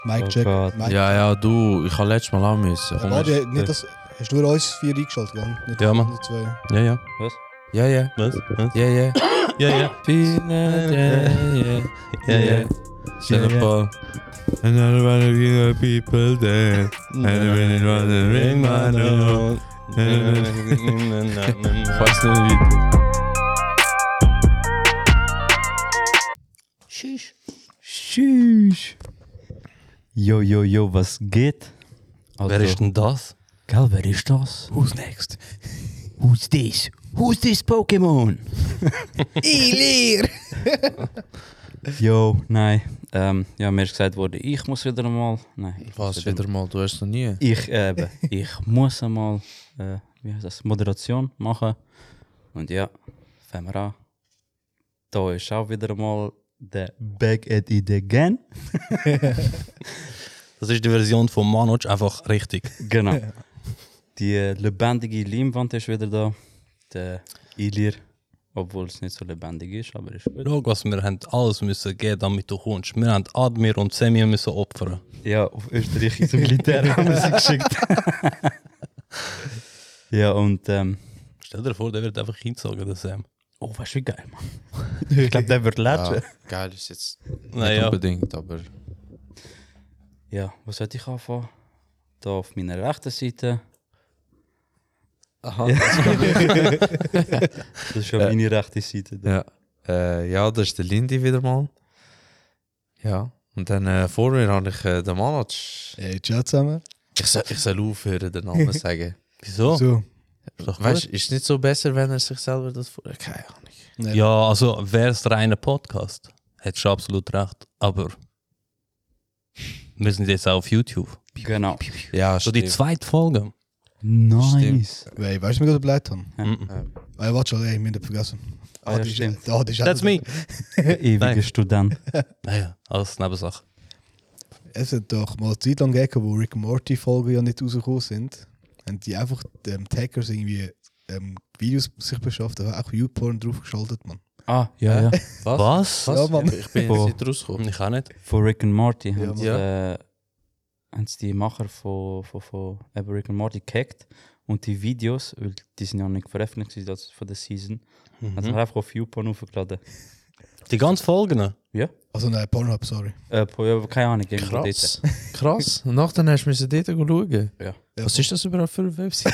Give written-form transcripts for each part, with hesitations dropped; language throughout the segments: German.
Mic check. Gott. Mic Ja, du, ich habe letztes Mal auch müssen. Komm, Warte, nicht das, hast du nur uns 4 eingeschaltet, gell? Nicht Ja, Mann. die 2. Ja. Was? Ja. Was? Ja. Ja. Ja. Stell dir vor. And I don't wanna be the people there. And I really wanna ring my nose. Ich weiß nicht wie. Tschüss. Jo, was geht? Wer ist denn das? Gell, wer ist das? Who's next? Who's this? Who's this Pokémon? Ilir! Jo, nein. Ja, mir ist gesagt worden, ich muss wieder mal... Nein. Was wieder mal? Du hast noch nie. Ich muss einmal, wie heißt das, Moderation machen. Und ja, fangen wir an. Da ist auch wieder mal der Back at it again. Das ist die Version von Manoj, einfach richtig. Genau. Die lebendige Leinwand ist wieder da. Der Ilir, obwohl es nicht so lebendig ist, aber ist gut. Schau, was wir haben alles müssen geben, damit du kommst. Wir haben Admir und Semir müssen opfern. Ja, auf Österreich ins Militär haben wir sie geschickt. Ja, und Stell dir vor, der wird einfach hinzogen, der Sam. oh, weißt du, wie geil, Mann. Ich glaube, der wird latschen. Ja, geil ist jetzt nicht Naja. unbedingt, aber... Ja, wo sollte ich anfangen? Da auf meiner rechten Seite. Aha. Das ist ja meine rechte Seite. Da. Ja, das ist der Lindy wieder mal. Ja. Und dann vor mir habe ich den Manoj. Hey, ciao zusammen. Ich soll aufhören, den Namen sagen. Wieso? So. Ist doch Weißt du, ist es nicht so besser, wenn er sich selber das vor... Keine Ahnung. Nein. Ja, also wäre es reiner Podcast, hättest du absolut recht. Aber wir sind jetzt auch auf YouTube. Genau. Ja, So die zweite Folge. Nice. Weißt du, was wir gerade bleibt haben? Mhm. Warte schon, ey, wir haben vergessen. Ah, ja, die ist- stimmt. die ist That's me. Ewiger Nein. Student. Naja, alles Nebensache. Es hat doch mal eine Zeit lang gegeben, wo Rick and Morty Folgen ja nicht rausgekommen sind. Und die einfach Hackers irgendwie Videos sich beschafft, da auch YouPorn draufgeschaltet, man. Ah, ja. Was? Ja, Mann. Ich bin Boah. jetzt nicht rausgekommen. Ich auch nicht. Von Rick and Morty Ja, haben sie die Macher von eben Rick and Morty gehackt. Und die Videos, weil die sind ja nicht veröffentlicht also von der Season, haben sie einfach auf YouPorn aufgeladen. Die ganzen Folgen? Ja? Also nein, Pornhub, sorry. Ja, keine Ahnung, irgendwo Krass. Krass. Und nachher hast du müssen dort schauen. Ja. Was ist das überhaupt für eine Website?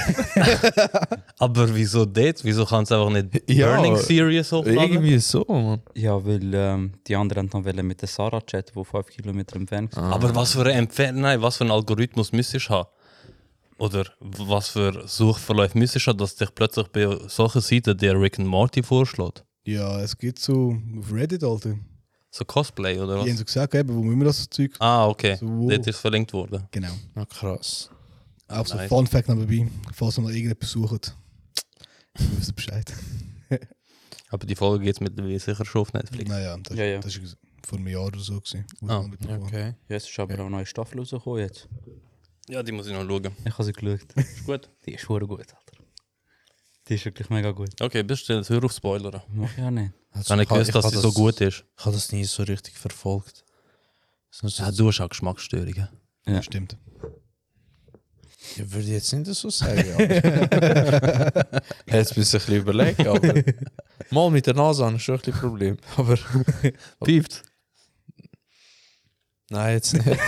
Aber wieso das? Wieso kann es einfach nicht Ja, Burning Series hochladen? Irgendwie so, man. Ja, weil die anderen dann wollen mit der Sarah chatten, die 5 Kilometer entfernt ist. Aber was für ein Algorithmus müsstest du haben? Oder was für Suchverläufe müsstest du haben, dass dich plötzlich bei solchen Seiten der Rick and Morty vorschlägt? Ja, es gibt so auf Reddit, Alter. So Cosplay oder Die haben was? so gesagt, eben, wo müssen wir das Zeug... Ah, okay. So. Dort ist verlinkt worden. Genau. Ah, krass. Auch so Nice. Fun Fact nebenbei, falls ihr mal irgendetwas sucht. Ihr wisst Bescheid. Aber die Folge geht mittlerweile sicher schon auf Netflix. Naja, Ja. das war vor einem Jahr oder so. Gewesen, wo ich Ah, mal mitbekommen habe. Okay. Ja, es ist aber auch eine neue Staffel rausgekommen jetzt. Ja, die muss ich noch schauen. Ich habe sie geschaut. Ist gut. Die ist verdammt gut, Alter. Die ist wirklich mega gut. Okay, bist du hör auf Spoiler. Mach ich auch nicht. Also, Kann ich gewusst, dass sie so gut ist. Ich habe das nie so richtig verfolgt. Sonst Ja, du hast auch Geschmacksstörungen. Ja. Stimmt. ich würde jetzt nicht so sagen. Aber jetzt muss ich ein bisschen überlegen. Aber mal mit der Nase habe ich schon ein bisschen Problem. Aber Piept. nein, jetzt nicht.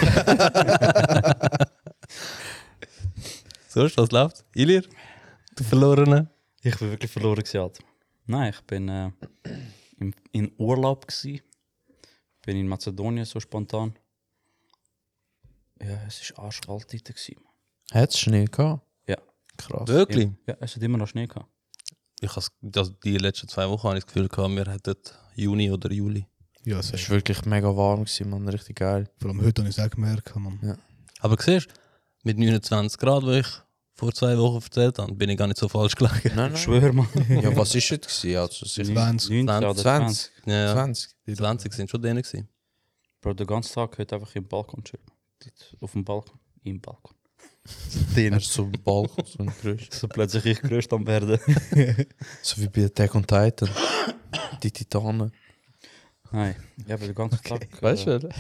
So, was läuft? Ilir? Du Verlorene? Ich bin wirklich verloren gewesen, Alter. Nein, ich bin in Urlaub gewesen. Bin in Mazedonien so spontan. Ja, es war arschkalt dort gewesen. Hat es Schnee gehabt? Ja. Krass. Wirklich? Ja, es hat immer noch Schnee gehabt. Ich has, also die letzten 2 Wochen habe ich das Gefühl gehabt, wir hätten Juni oder Juli. Ja, Es sehr. war wirklich mega warm, gewesen, man. Richtig geil. Vor allem heute habe ich es auch gemerkt, man. Aber siehst du, mit 29 Grad, wie ich vor 2 Wochen erzählt habe, bin ich gar nicht so falsch gelegen. Nein, Ich schwöre mal. Ja, was ist es gewesen? Also, sicher 20. 19 oder 20. 20. Ja, 20. 20 sind schon denen gewesen. Bro, den ganzen Tag heute einfach im Balkon chillen. Dort auf dem Balkon. Im Balkon. Er ist so ein Balkon, so ein Gerüst. So plötzlich ich gerüst am werden. So wie bei Attack on Titan. Die Titanen. Nein, ich habe den ganzen Tag. Weißt du?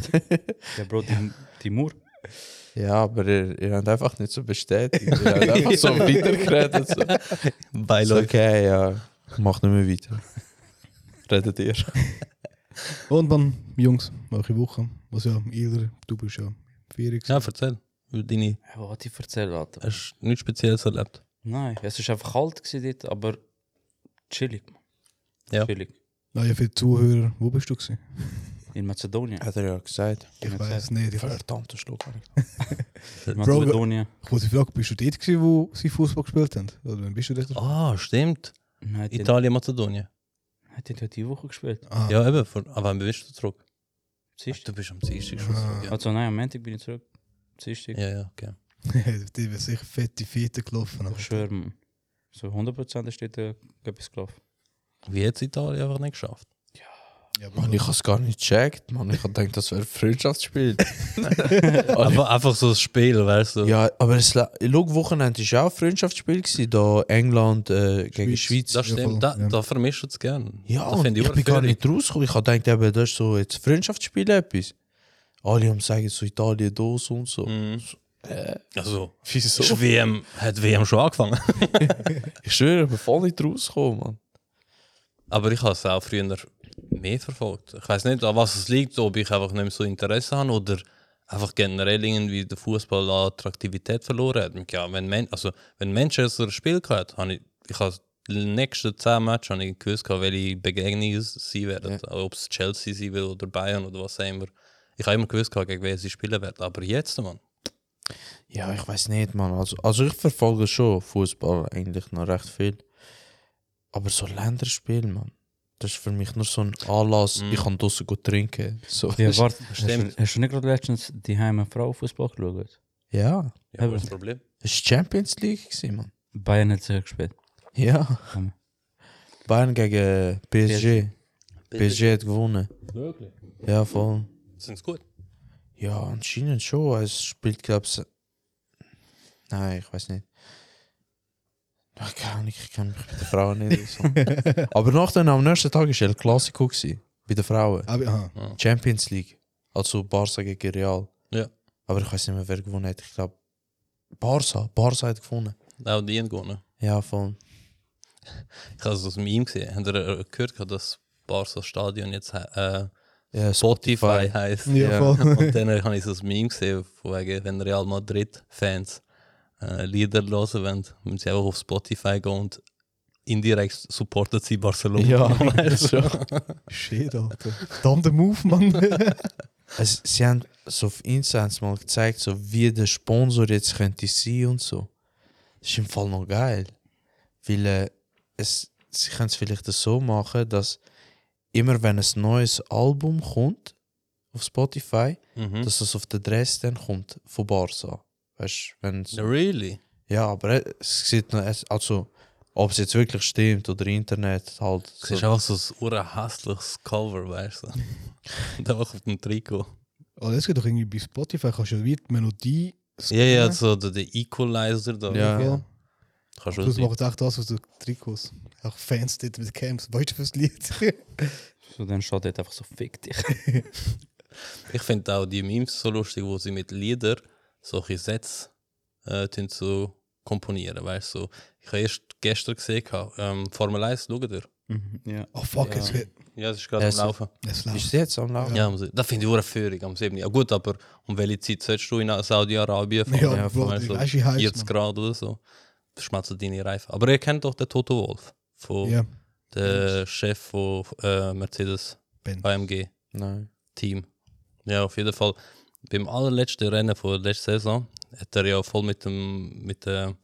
Ja, Bro, Timur. Ja, aber ihr habt einfach nicht so bestätigt. Ihr habt einfach so weitergeredet. So. So, Beiläufig. okay, ja, mach nicht mehr weiter. Redet ihr. Und dann, Jungs, welche Woche? Was ja, Ilder, du bist ja Ferien. Ja, erzähl. Deine, Ja, was hat ich erzählt, Alter? hast du nichts Spezielles erlebt? Nein, es war einfach kalt gewesen dort, aber chillig. Man. Ja. Chillig. Naja, für die Zuhörer, wo bist du gewesen? In Mazedonien. Hat er ja gesagt. Ich weiß nicht. Verdammter Schluck. In Bro, Mazedonien. Ich wollte fragen, bist du dort gewesen, wo sie Fußball gespielt haben? Oder wann bist du dort? Ah, stimmt. Nein, Italien, Mazedonien. hat die die Woche gespielt. Ah, Ja, eben. Aber wann bist du zurück? Siehst Du bist am Dienstag schon Ah. zurück. Also nein, am Montag bin ich zurück. Dienstag. Ja, ja, okay. die wäre sicher fette Fete gelaufen. Ich schwöre, man. So 100% ist dort etwas gelaufen. Wie hat es Italien einfach nicht geschafft? Ja, Mann, ich habe es gar nicht gecheckt. Mann, ich habe gedacht, das wäre ein Freundschaftsspiel. Aber einfach so ein Spiel, weißt du? Ja, aber Wochenende war ja auch ein Freundschaftsspiel gewesen, da England gegen Schweiz. Das Ja, voll. stimmt. Da, Ja. da vermischt es gerne. Ja, das finde ich bin gar auch nicht rausgekommen. Ich habe gedacht, eben, das ist so jetzt Freundschaftsspiel etwas. Alle haben gesagt, so Italien dos und so. Mhm. Also, Wieso? ist hat WM schon angefangen. Ich schwöre, ich bin voll nicht rausgekommen, Mann. Aber ich habe es auch früher mehr verfolgt. Ich weiß nicht, an was es liegt, ob ich einfach nicht mehr so Interesse habe oder einfach generell irgendwie der Fußball an Attraktivität verloren hat. Ja, wenn Manchester ein Spiel gehabt habe ich habe die nächsten 10 Matches habe ich gewusst, welche Begegnungen es sein werden. Ob es Chelsea sein will oder Bayern oder was auch immer. Ich habe immer gewusst, gegen wen sie spielen werden. Aber jetzt, Mann. Ja, ich weiß nicht, Mann. Also ich verfolge schon Fußball eigentlich noch recht viel. Aber so Länderspiel, Mann. Das ist für mich nur so ein Anlass, ich kann draussen gut trinken. So, Ja, das- warte, Stimmt. hast du nicht gerade letztens die Heime Frauenfußball geschaut? ja, Ja, was ist das Problem? das war Champions League, gewesen, Mann. Bayern hat sich gespielt. Ja. Mhm. Bayern gegen PSG. PSG hat gewonnen. Wirklich? Ja, voll. Sind es gut? Ja, anscheinend schon. Es spielt, glaube ich. Nein, ich weiß nicht. Ach, keine Ahnung, ich kenne mich bei den Frauen nicht. So. Aber nachdem am nächsten Tag war El Clasico gewesen, bei den Frauen. Aber, aha. Champions League. Also Barca gegen Real. Ja. Aber ich weiß nicht mehr, wer gewonnen hat. Ich glaube, Barca hat gewonnen. Auch die haben gewonnen. Ja, voll. Ich habe es aus Meme gesehen. Habt ihr gehört, dass Barca Stadion jetzt Ja, Spotify heisst? Ja, Ja. voll. Und dann habe ich so ein Meme gesehen, von wegen, wenn Real Madrid-Fans Lieder hören wollen, müssen sie einfach auf Spotify gehen und indirekt supporten sie Barcelona. Ja, weißt du? Shit, Alter. Dann der Move, Mann. Also, sie haben so auf Insta mal gezeigt, so wie der Sponsor jetzt könnte sein und so. Das ist im Fall noch geil. Weil sie können es vielleicht so machen, dass immer wenn ein neues Album kommt auf Spotify, Mhm. dass das auf der Dress dann kommt von Barca. Weißt du, wenn Really? ja, aber es sieht noch, also ob es jetzt wirklich stimmt oder Internet halt. Es ist einfach so ein urhässliches Cover, weißt du? Und einfach auf dem Trikot. Oh, das geht doch irgendwie bei Spotify, kannst du ja wie die Melodie Ja, ja, so der Equalizer da. Ja. Ja. Kannst du Das sehen. macht auch das aus den Trikots. Auch Fans dort mit Camps. Weißt du fürs Lied? So, dann steht dort einfach so, fick dich. Ich finde auch die Memes so lustig, wo sie mit Liedern solche Sätze tun so komponieren, weißt du? So. Ich habe erst gestern gesehen, Formel 1, schaut ihr? Ja. Oh fuck, Ja. jetzt geht Ja, es ist gerade Ja, am so- Laufen. es Ist läuft. es jetzt am Laufen? Ja, das finde ich eine Führung am 7. Ja gut, aber um welche Zeit sollst du in Saudi-Arabien fahren? Ja, Ja, Bro, weißt du, weißt du, wie heiß 40 Grad oder so. Das schmerzt deine Reifen. Aber ihr kennt doch den Toto Wolff, von Ja, der Chef von Mercedes Ben. AMG Nein. Team. Ja, auf jeden Fall. Beim allerletzten Rennen von der letzten Saison hat er ja voll mit der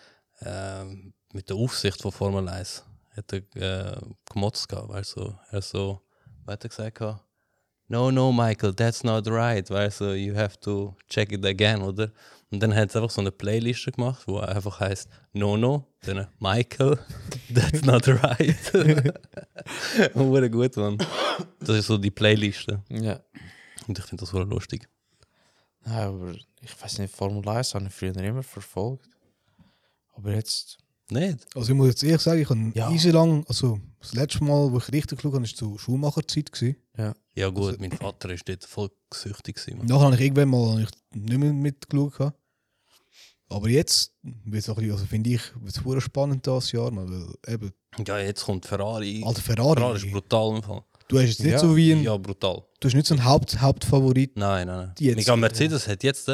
Aufsicht von Formel 1 hat er gemotzt gehabt, weißt du. Er so weiter gesagt gehabt, no Michael, that's not right, weißt du, you have to check it again, oder? Und dann hat es einfach so eine Playliste gemacht, wo einfach heißt no, dann Michael, that's not right. Wurde gut, Mann. Das ist so die Playliste. Ja. Und ich finde das voll lustig. Nein, aber ich weiß nicht, Formel 1 habe ich früher immer verfolgt. Aber jetzt Nicht? Also ich muss jetzt ehrlich sagen, ich habe Ja. easy lang, also das letzte Mal, wo ich richtig geschaut habe, war zur Schuhmacherzeit gewesen. Ja gut, mein Vater ist dort voll süchtig gewesen. Und nachher habe ich irgendwann mal nicht mehr mitgeschaut. Gehabt. Aber jetzt wird es auch ein bisschen, also finde ich, wird es verdammt spannend das Jahr, weil eben, Ja, jetzt kommt Ferrari. alter Ferrari ist Ferrari, brutal im Fall. du hast jetzt nicht Ja. so wie ein, Ja, brutal. du hast nicht so einen Hauptfavorit. Nein. Die jetzt- Ich glaube, Mercedes hat jetzt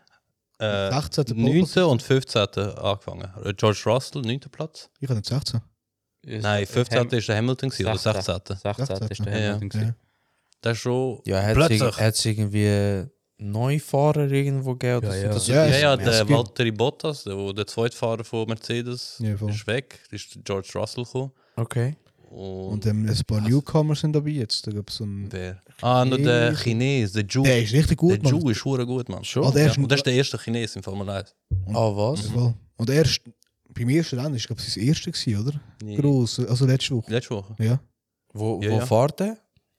16. Pole 9. Position. und 15. angefangen. George Russell, 9. Platz. Ich habe nicht 16. Nein, 15. ist der Hamilton gewesen, oder 16. 16. ist der Ja, Hamilton. Ja. gewesen. Das ist schon Ja, hat plötzlich. es irgendwie Neufahrer irgendwo gegeben? Oder Ja, so? ja. Das- Ja, Ja, es der gibt- Valtteri Bottas, der Zweitfahrer von Mercedes, Ja, voll. ist weg. Ist der George Russell gekommen. Okay. Und ein paar Newcomers sind dabei jetzt. Da gibt's so einen, Wer? Nur der Chines, der Ju. der ist richtig gut, Der Mann. Ju ist hure gut, Mann. Schon? Ah, der ist Ja, und das ist der erste Chines im Formel 1. Ah, was? Voll. Und erst beim ersten Rennen ist, glaube ich, sein erste gewesen, oder? Nee. Gross, also letzte Woche. Letzte Woche. Ja. Wo Ja. fährt der?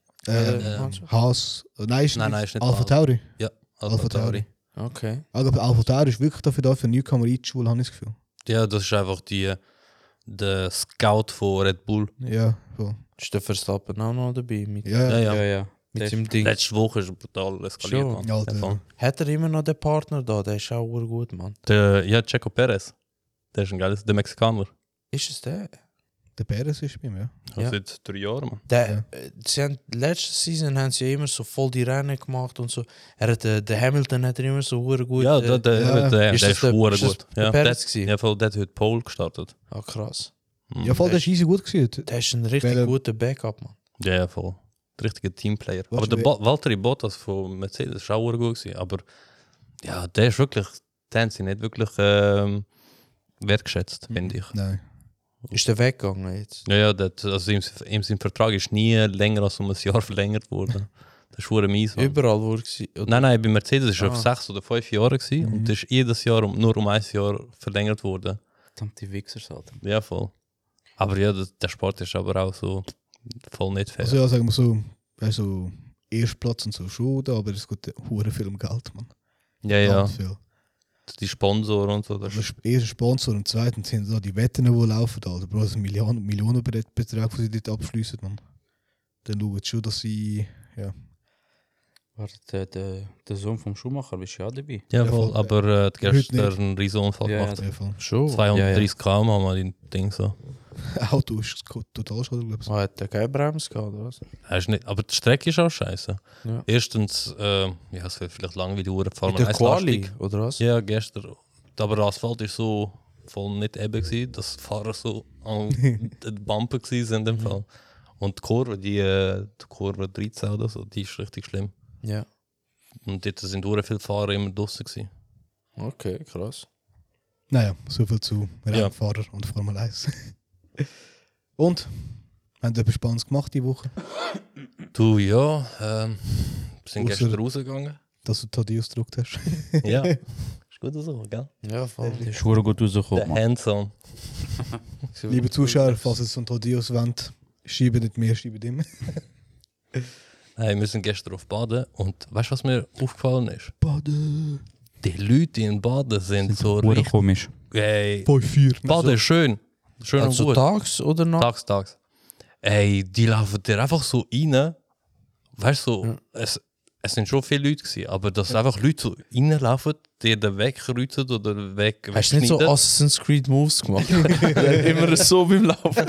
Haas. Nein, ist Nein, nicht. ist nicht Alpha Haas. Tauri. Ja, Alpha Tauri. Okay. Aber Alpha Tauri ist wirklich dafür da, für Newcomer einzuschulen, habe ich das Gefühl. Ja, das ist einfach der Scout von Red Bull. Ja, voll. Ist der Verstappen auch noch dabei? Mit, Ja, Ja, ja. Ja, ja. mit seinem Ding? Letzte Woche ist er brutal eskaliert. Schon. Mann. Ja, Alter. Ja, voll. Hat er immer noch den Partner da? Der ist auch gut, Mann. Ja, Checo Perez. Der ist ein geiles, der Mexikaner. Ist es der? Der Perez ist bei ihm, ja. Ja. Seit 3 Jahren, Mann. Sie haben, letzte Season haben sie immer so voll die Rennen gemacht und so. Er hat, der Hamilton hat er immer so hure gut. Ja, der ist ist das der- hure ist das gut. der Ja, Perez der, gewesen? ja, voll, der hat heute Pole gestartet. Ah, krass. Ja, voll, der ist easy gut gewesen. Der ist ein richtig Weil, guter Backup, Mann. Ja, voll. Richtiger Teamplayer. Was Aber der wir- Valtteri Bottas von Mercedes ist auch hure gut gewesen. Aber ja, der ist wirklich, den haben sie nicht wirklich wertgeschätzt, finde ich. Nein. Ist der weggegangen jetzt? Ja, also ihm sein Vertrag ist nie länger als um ein Jahr verlängert worden. Das ist hure mies. Mann. Überall, wo er war. Nein, bei Mercedes war er auf Ah. 6 oder 5 Jahre gewesen, und das ist jedes Jahr nur um ein Jahr verlängert worden. Verdammt, die Wichsers, Alter. Ja, voll. Aber ja, der Sport ist aber auch so voll nicht fair. Also ja, sagen wir so, also Erstplatz und so schon da, aber es geht hure viel um Geld, man. ja, ja. Ganz viel. Die Sponsoren und so. Das Der ist, erste Sponsor und zweitens sind da die Wetten, die laufen. Also, Bro, das sind Millionenbetrag, die sie dort abschließen. Man. Dann schauen sie schon, dass sie. Ja. Warte, der Sohn vom Schuhmacher bist ja auch dabei. ja, Ja, voll. voll. Aber hat Heute gestern nicht. einen riesen Unfall Ja, gemacht. Ja, voll. Schon. 230 km haben wir das Ding so. Auto ist total schade, glaube ich. Ah, hat der keine Bremse gehabt, oder was? Ist nicht, aber die Strecke ist auch scheiße. Ja. Erstens, ja, es wird vielleicht lang wie die Uhr Mit Formel der 1 Quali, lastig. oder was? Ja, gestern. Aber der Asphalt ist so voll nicht eben gewesen, dass die Fahrer so an den Bumper waren in dem Fall. Und die Kurve, die Kurve 13 oder so, die ist richtig schlimm. Ja. Und dort sind sehr viele Fahrer immer draußen gewesen. Okay, krass. Naja, soviel zu Rennfahrer und Formel 1. Und? Haben Sie etwas Spannendes gemacht die Woche? Du, ja, sind Ausser- gestern rausgegangen. Dass du Thaddeus gedruckt hast? Ja, ist gut so, gell? Ja, voll. Der ist verdammt gut rausgekommen, Der Mann. Hands-on. Liebe Zuschauer, falls ihr so ein Thaddeus wollt, schreibt nicht mehr, schreibt immer. Hey, wir sind gestern auf Baden und weißt du, was mir aufgefallen ist? Baden. Die Leute die in Baden sind so Verdammt richtig. komisch. Ey, 5-4. Baden ist schön. Schön und Also gut. tags oder nachts? Tags. Ey, die laufen dir einfach so rein. Weißt du, so, Ja. es sind schon viele Leute gewesen, aber dass einfach Leute so reinlaufen, die den Weg kreuzen oder weg Hast du nicht so wegschneiden. Assassin's Creed Moves gemacht? Immer so beim Laufen.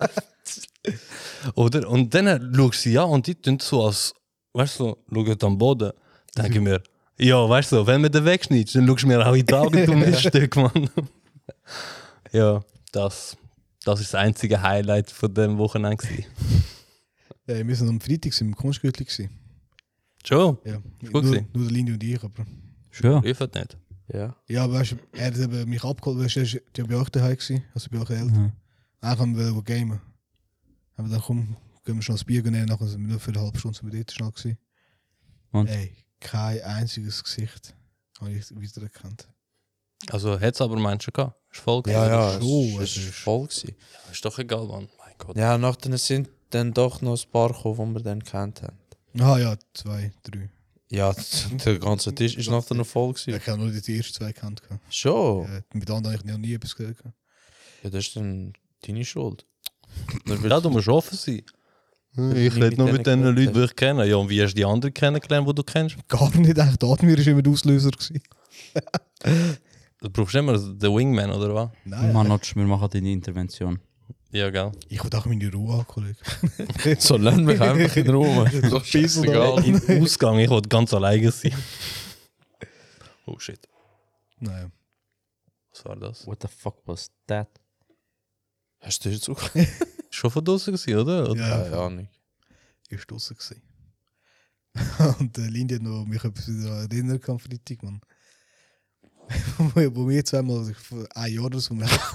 Oder? Und dann schaust du sie an und die tun so als, weißt du, schauen am Boden. Denke ich mir, ja, weißt du, wenn man den wegschneidest, dann schaust du mir auch in die Augen, du Miststück, Mann. Ja, das ist das einzige Highlight von dem Wochenende gewesen. Wir sind am Freitag im Kunstgürtel gewesen. Schon? Ja. gut Nur, gewesen. nur der Linie und ich, aber. Schön. Ich weiß nicht. Ja. Ja, aber weißt du, er hat eben mich abgeholt, weißt du, er war ja bei euch daheim gewesen, also bei euch Eltern. Mhm. Eigentlich haben wir gamen. Aber dann komm, gehen wir schon das Bier nehmen, nachher sind wir nur für eine halbe Stunde sind wir dort schnell gewesen. Und? Ey, kein einziges Gesicht habe ich wiedererkannt. Also hat es aber Menschen gehabt. Ist voll gewesen. Ja, ja, schon, es es ist ist- voll gewesen. Ist doch egal, Mann. Mein Gott. Ja, nachdem sind dann doch noch ein paar gekommen, die wir dann kennt haben. Ah ja, 2, 3. Ja, der ganze Tisch ist nachher noch voll Ich gewesen. habe nur die ersten 2 gekannt. Schon? Mit anderen habe ich noch nie etwas gehört. Ja, das ist dann deine Schuld. Ja, du musst offen sein. Ich nicht rede nur mit mit den denen Leuten, die geredet ich kenne. Ja, und wie hast du die anderen kennengelernt, die du kennst? Gar nicht, eigentlich. Admir war immer der Auslöser. Gewesen. Du brauchst immer den Wingman, oder was? Nein, Manoj, wir machen deine Intervention. Ja, gell. ich will auch meine Ruhe haben, Kollege. So, lass mich einfach in Ruhe. Ist doch scheißegal. Im Ausgang, ich wollte ganz alleine sein. Oh shit, Nein. was war das? What the fuck was that? Hast du jetzt auch? Schon von draußen gewesen, oder? Ja, Keine Ahnung. ich war draussen. Gewesen. Und Lindy hat noch mich etwas daran erinnert am Freitag, Mann. wo wir zweimal, also vor einem Jahr oder so,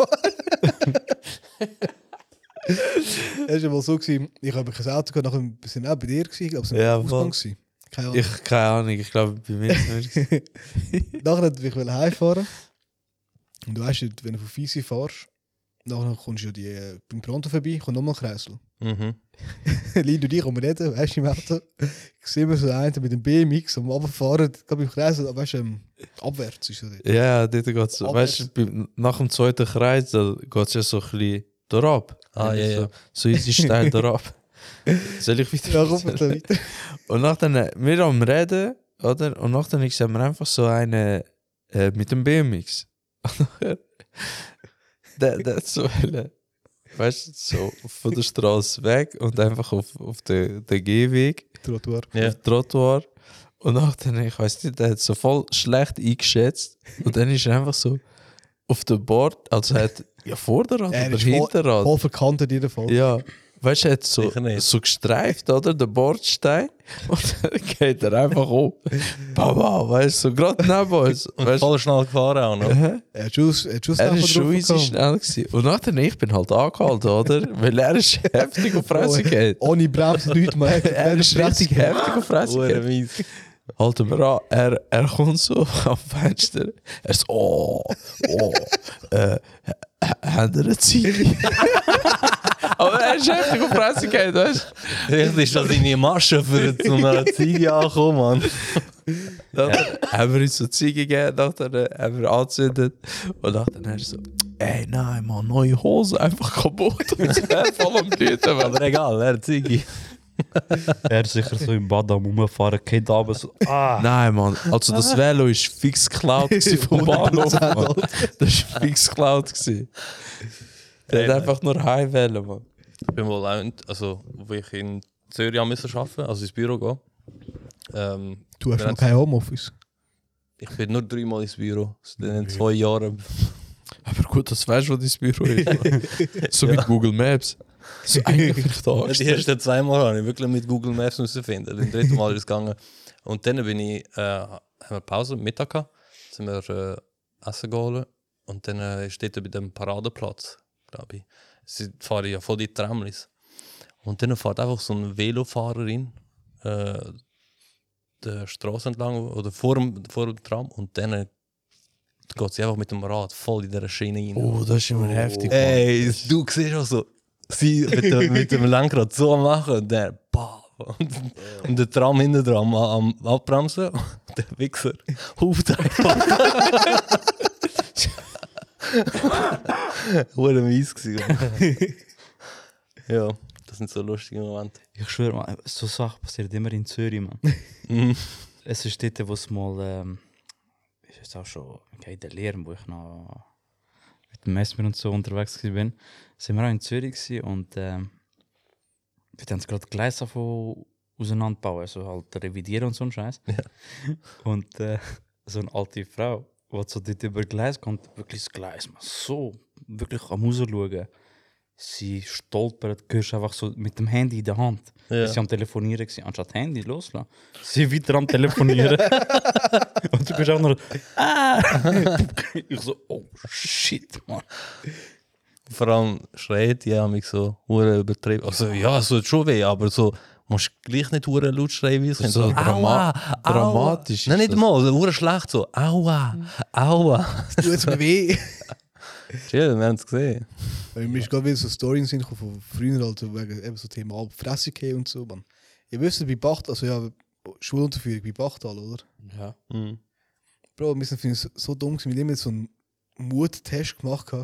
es war mal so, gewesen, ich habe kein Auto gehabt, nachher sind wir auch bei dir gewesen, aber es war Ja, im voll. Ausgang gewesen. Keine Ahnung. Keine Ahnung, ich glaube, bei mir ist es nicht. Nachher wollte ich heimfahren. Und du weißt, wenn du von Fisi fährst, nachher kommst du ja beim Pronto vorbei, kommt nochmal ein Kreisel. Mhm. Lindy und ich kommen reden, weißt du, im Auto. Ich sehe mir so einen mit dem BMX am Abfahren, gerade beim Kreisel, aber weißt du, abwärts ist er. Ja, dort geht es. Aber- Weißt du, nach dem zweiten Kreis, da geht es ja so ein bisschen durchab. Ah, ja, ja. So easy steil durchab. Soll ich wieder Ja, komm, erzählen? weiter. Und nachher, wir am Reden, oder? Und nachher sehen wir einfach so einen mit dem BMX. der hat so, weißt du, so von der Straße weg und einfach auf den Gehweg, Trottoir. Ja. auf den Trottoir. Und nachher, ich weiß nicht, der hat so voll schlecht eingeschätzt. Und dann ist er einfach so auf dem Bord, also er hat ja Vorderrad Er oder ist voll- Hinterrad. Voll verkannt in jedem Fall. Ja, weißt du, er hat so, Sicher nicht. so gestreift, oder? Der Bordstein. Und dann geht er einfach um. Baba, weißt du, so gerade neben uns. Und Weißt du, voll schnell gefahren auch noch. Er hat schon er ist schon easy schnell gewesen. Und nachher, ich bin halt angehalten, oder? Weil er ist heftig auf Fresse geht. Ohne Bremse nichts mehr. Er ist richtig heftig auf Fresse Hure geht. mies. Halten wir an, er kommt so am Fenster. Er so, habt ihr eine Ziege? Aber er ist heftig auf Fresse geht, weißt du? Richtig ist das in die Masche für zu einer Ziege ankommen, Mann. Dann haben wir uns so Ziege gegeben, nachher haben wir angezündet und nachher er so, ey nein Mann, neue Hose, einfach kaputt. Und so voll am Blüten. Aber egal, er hat Ziege. Er ist sicher so im Bad am Rumfahren, geht aber so. Nein Mann, also das Velo ist fix geklaut gewesen vom Bahnhof, Mann. Das war fix geklaut gewesen. Der hat einfach nur heimwählen, Mann. Ich bin wohl auch, also, wo ich in Zürich arbeiten musste, also ins Büro gehen. Du hast Wir noch kein Homeoffice. Ich bin nur 3-mal ins Büro. In den 2 Jahren. Aber gut, das weißt du, wo dein Büro ist. Mann. So mit Google Maps. So eigentlich da. Die ersten 2 Mal habe ich wirklich mit Google Maps müssen finden. Beim 3. Mal ist es gegangen. Und dann bin ich, haben wir Pause, Mittag gehabt. Sind wir Essen geholt. Und dann steht er bei dem Paradeplatz, glaube ich. Sie fahren ja voll die Tramlis. Und dann fährt einfach so eine Velofahrerin der Straße entlang oder vor dem Tram. Und dann geht sie einfach mit dem Rad voll in dieser Schiene rein. Oh, das ist immer heftig. Mann. Ey, du siehst auch so, sie mit dem Lenkrad so am machen und der bam, und der Tram hinten dran am Abbremsen und der Wichser hupt einfach. Hure mies gewesen. Ja, das sind so lustige Momente. Ich schwöre mal, so Sachen passieren immer in Zürich, man. Mhm. Es ist dort, wo es mal, ist jetzt auch schon in der Lehre, wo ich noch mit dem Messmer und so unterwegs war, sind wir auch in Zürich gewesen und wir haben gerade Gleise von auseinanderbauen, also halt revidieren und so ein Scheiß. Ja. Und so eine alte Frau, die so dort über Gleis kommt, wirklich das Gleis, man, so wirklich am Rausschauen. Sie stolpert, gehörst einfach so mit dem Handy in der Hand. Ja. Sie am Telefonieren gewesen, anstatt Handy loslassen. Sie weiter am Telefonieren. Und du bist auch noch Ich so, oh shit, man. Vor allem schreit die mich so hure übertrieben. Also ja, es tut schon weh, aber so musst gleich nicht hure laut schreien, wie es So dramatisch. Nein, ist nicht das. mal, so hure schlecht so. Aua, aua. Du jetzt mir weh. Chill, wir haben es gesehen. Weil mir ist gerade wieder so Storien sind von früher, also wegen eben so Thema Fresse gehen und so, man. Ihr wisst, bei Bachtal, also ja, Schulunterführung bei Bachtal, oder? Ja. Mhm. Bro, wir sind so dumm gewesen, wir haben immer so einen Muttest gemacht,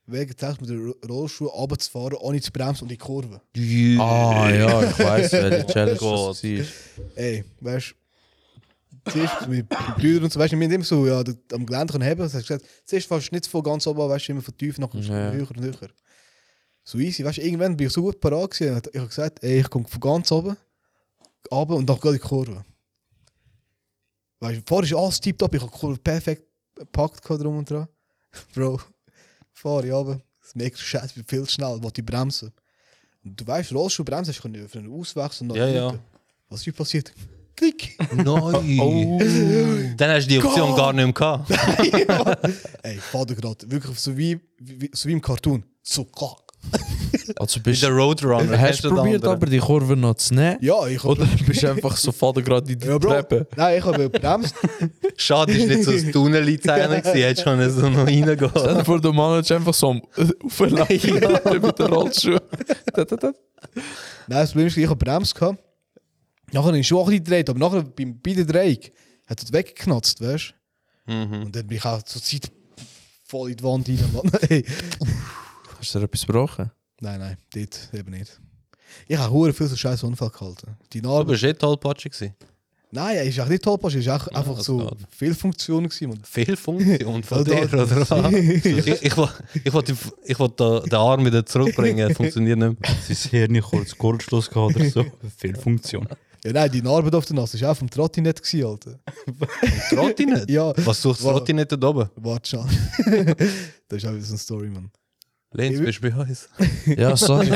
wegen mit den Rollschuhen runterzufahren, ohne zu bremsen und in die Kurve. Ah ja, ich weiss, welche Challenge das Gott. war. Ey, weißt du, zuerst mit Brüdern und so, weißt du, wir haben immer so ja, am Gelände können haben. Das hast gesagt, zuerst fährst du nicht von ganz oben, weißt du, immer von tief nach Ja. höher und höher. So easy, weißt du, irgendwann bin ich so gut parat gewesen. Ich habe gesagt, ey, ich komme von ganz oben runter und dann gehe ich in die Kurve. Weißt du, vorher ist alles tiptop, ich habe die Kurve perfekt gepackt drum und dran. Bro, fahre ich runter, das mega scheiße, ich bin viel zu schnell, wollte ich bremsen. Und du weißt, Rollschuhbremsen, ich kann nicht auswechseln. Ja, ja. Was ist passiert? Klick! Nein! Dann hast du die Option gar nicht mehr gehabt. Ey, Vater gerade, wirklich so wie im Cartoon. So klack. Also Wie bist der Roadrunner. hast kennst du den probiert, anderen? aber die Kurve noch zu nehmen? Ja, ich Oder habe... bist du einfach so Vater gerade in die Ja, Bro. Treppe? Nein, ich habe gebremst. Schade, ist nicht so ein Tunnel einzeichnen gewesen, hättest schon so noch reingehen. Stell dir vor, der Mann ist einfach so am Auflaufen mit der Rollschuh. Nein, das Problem ist, ich habe gebremst gehabt. Nachher habe ich schon ein bisschen gedreht, aber nachher bei der Drehung hat es weggeknatzt, weißt du? Und dann bin ich auch zur Zeit voll in die Wand rein. Mann. Ey. Hast du dir etwas gebrochen? Nein, dort eben nicht. Ich habe verdammt viel so scheiß Unfall gehalten. Die Du Narbe... bist eh tollpatschig gewesen. Nein, es ist auch nicht tollpatsch, es war einfach das so geht. Fehlfunktionen gewesen. Mann. Fehlfunktion von dir, Alter. oder was? Ich wollte den Arm wieder zurückbringen, funktioniert nicht mehr. Sein Hirn kurz Kurzschluss gehabt oder so. Fehlfunktion. Ja, nein, die Narbe auf der Nase war auch vom Trottinett gewesen, Alter. Trottinett? Ja, Was sucht Wa- Trottinett da oben? warte schon. Das ist auch wieder so eine Story, Mann. Lenz, bist du bei uns? Ja, sorry.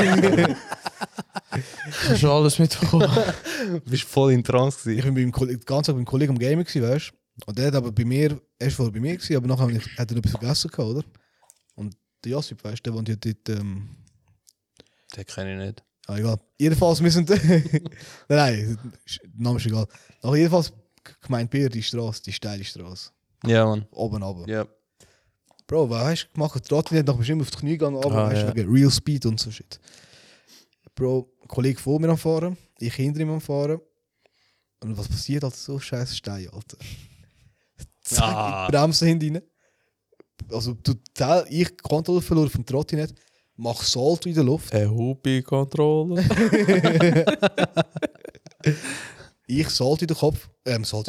Hast du alles mitbekommen? Du bist voll in Trance Ich gewesen. bin den ganzen Tag beim Kollegen am Gamen gewesen, weißt du? Und der hat aber bei mir, erst voll bei mir gewesen, aber nachher hat er etwas vergessen gehabt, oder? Und der Josip, weißt du, der wohnt ja dort, Den kenne ich nicht. egal. Jedenfalls, wir sind, nein, der Name ist egal. Aber jedenfalls, gemeint Bier, die Straße, die steile Straße. Ja, Mann. Oben, runter. Ja. Bro, was hast du gemacht? Trottinett, nachher bist du immer auf die Knie gegangen, aber Ah, weißt du, ja. wegen Real Speed und so shit. Bro, ein Kollege vor mir am Fahren, ich hinter ihm am Fahren. Und was passiert, Alter? So scheiß Stein, Alter. Zack, Ah. ich bremse hinten rein. Also, total, ich Kontrolle verloren vom Trottinett, mach Salto in der Luft. Hubi-Kontrolle. Ich Salto in den Kopf. Salto.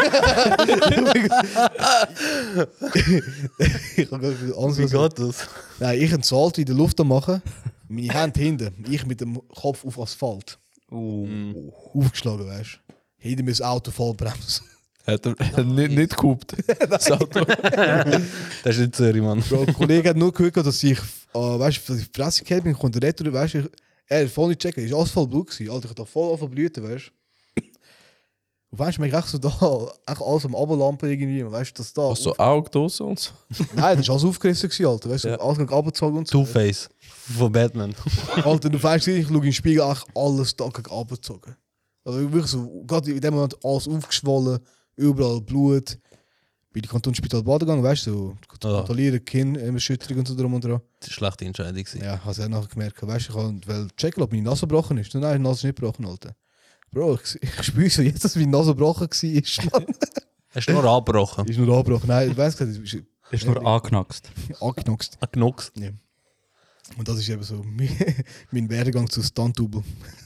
Ich kann gar nicht anders Wie sagen. geht das? Nein, ich ein Salto in der Luft machen, meine Hände hinten, ich mit dem Kopf auf Asphalt. Aufgeschlagen, weißt du. Hinter mir das Auto voll bremsen. Hat er nicht gehupt. Das Auto. Das ist nicht Zürich, Mann. Bro, ein Kollege hat nur gehört, dass ich, weißt du, dass ich die Fresse gehabt bin, ich konnte retour, weißt du, er hat voll nicht checken, es war alles voll Blut gewesen, Alter, ich hatte voll aufgeblüht, weißt du. Und weißt du, man echt so da, echt alles am Abendlampen irgendwie, weißt du, dass da. So Augdose und so. Nein, das war alles aufgerissen gewesen, Alter, weißt du, Ja. alles abgezogen und so. Two-Face von Batman. Alter, du weißt, ich schaue in den Spiegel, echt alles da abgezogen. Also wirklich so, gerade in dem Moment alles aufgeschwollen, überall Blut. Bei dem Kantonsspital Baden gegangen, weißt du, so, kontrollieren, Kinnerschütterung und so drum und dran. Das war eine schlechte Entscheidung. gewesen. Ja, hast du auch nachher gemerkt, weißt du, ich wollte checken, ob meine Nase gebrochen ist. Nein, die Nase ist nicht gebrochen, Alter. Bro, ich spüre so jetzt, dass meine Nase gebrochen war. Mann. Hast du nur abgebrochen? Ist nur abgebrochen. Nein, ich weiß nicht, ist Ist nur angeknackst. angeknackst. Genug. Ja. Und das ist eben so mein Werdegang zu Stunt-Double.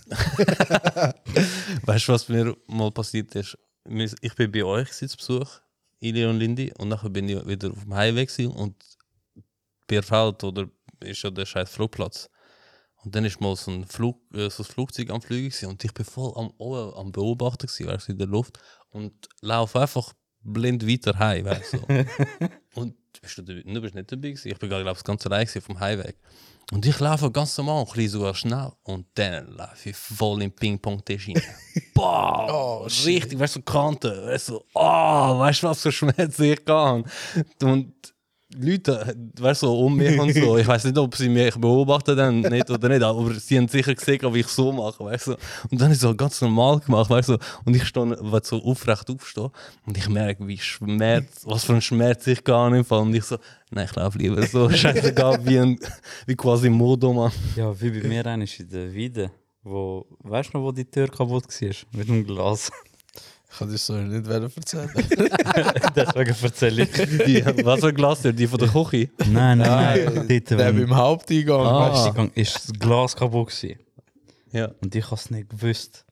Weißt du, was mir mal passiert ist? Ich bin bei euch zu Besuch, Ili und Lindy, und nachher bin ich wieder auf dem Highway gewesen und Bierfeld oder ist ja der scheiß Flugplatz. Und dann ist mal so ein Flugzeug am Fliegen gewesen, und ich bin voll am Beobachten gewesen, weißt du, in der Luft, und laufe einfach blind weiter heim, weißt du. Und du bist nicht dabei gewesen. Ich bin gerade, glaube ich, ganz allein auf dem Highway. Und ich laufe ganz normal, ein bisschen sogar schnell. Und dann laufe ich voll im Ping-Pong-Tisch rein. Boah, richtig, weißt du, so Kante. Weißt du, weißt du, was für Schmerz ich kann. Und Leute, weißt du, so um mich und so. Ich weiß nicht, ob sie mich beobachten dann nicht oder nicht, aber sie haben sicher gesehen, wie ich so mache, weißt du. Und dann ist es so ganz normal gemacht, weißt du. Und ich stehe, so aufrecht aufstehe und ich merke, was für ein Schmerz ich gar nicht habe. Und ich so, nein, ich laufe lieber so scheißegal wie quasi Modo, Mann. Ja, wie bei mir einer ist in der Weide. Weißt du noch, wo die Tür kaputt war? Mit dem Glas. Ich kann dir so nicht erzählen. Deswegen erzähle ich. Was für ein Glas? Die von der Küche? Nein. Dort, Der wenn beim Haupteingang. Ah. weißt Eingang ist das Glas kaputt gewesen. Ja. Und ich habe es nicht gewusst.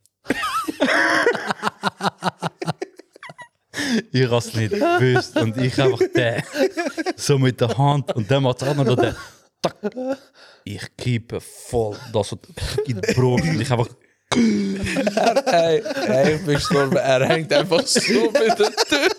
Ich habe es nicht gewusst. Und ich einfach den so mit der Hand und dann macht es auch noch den Tack. Ich kippe voll das in die Brot. Und ich einfach. Hey, ich bin gestorben. Er hängt einfach so mit der Tür.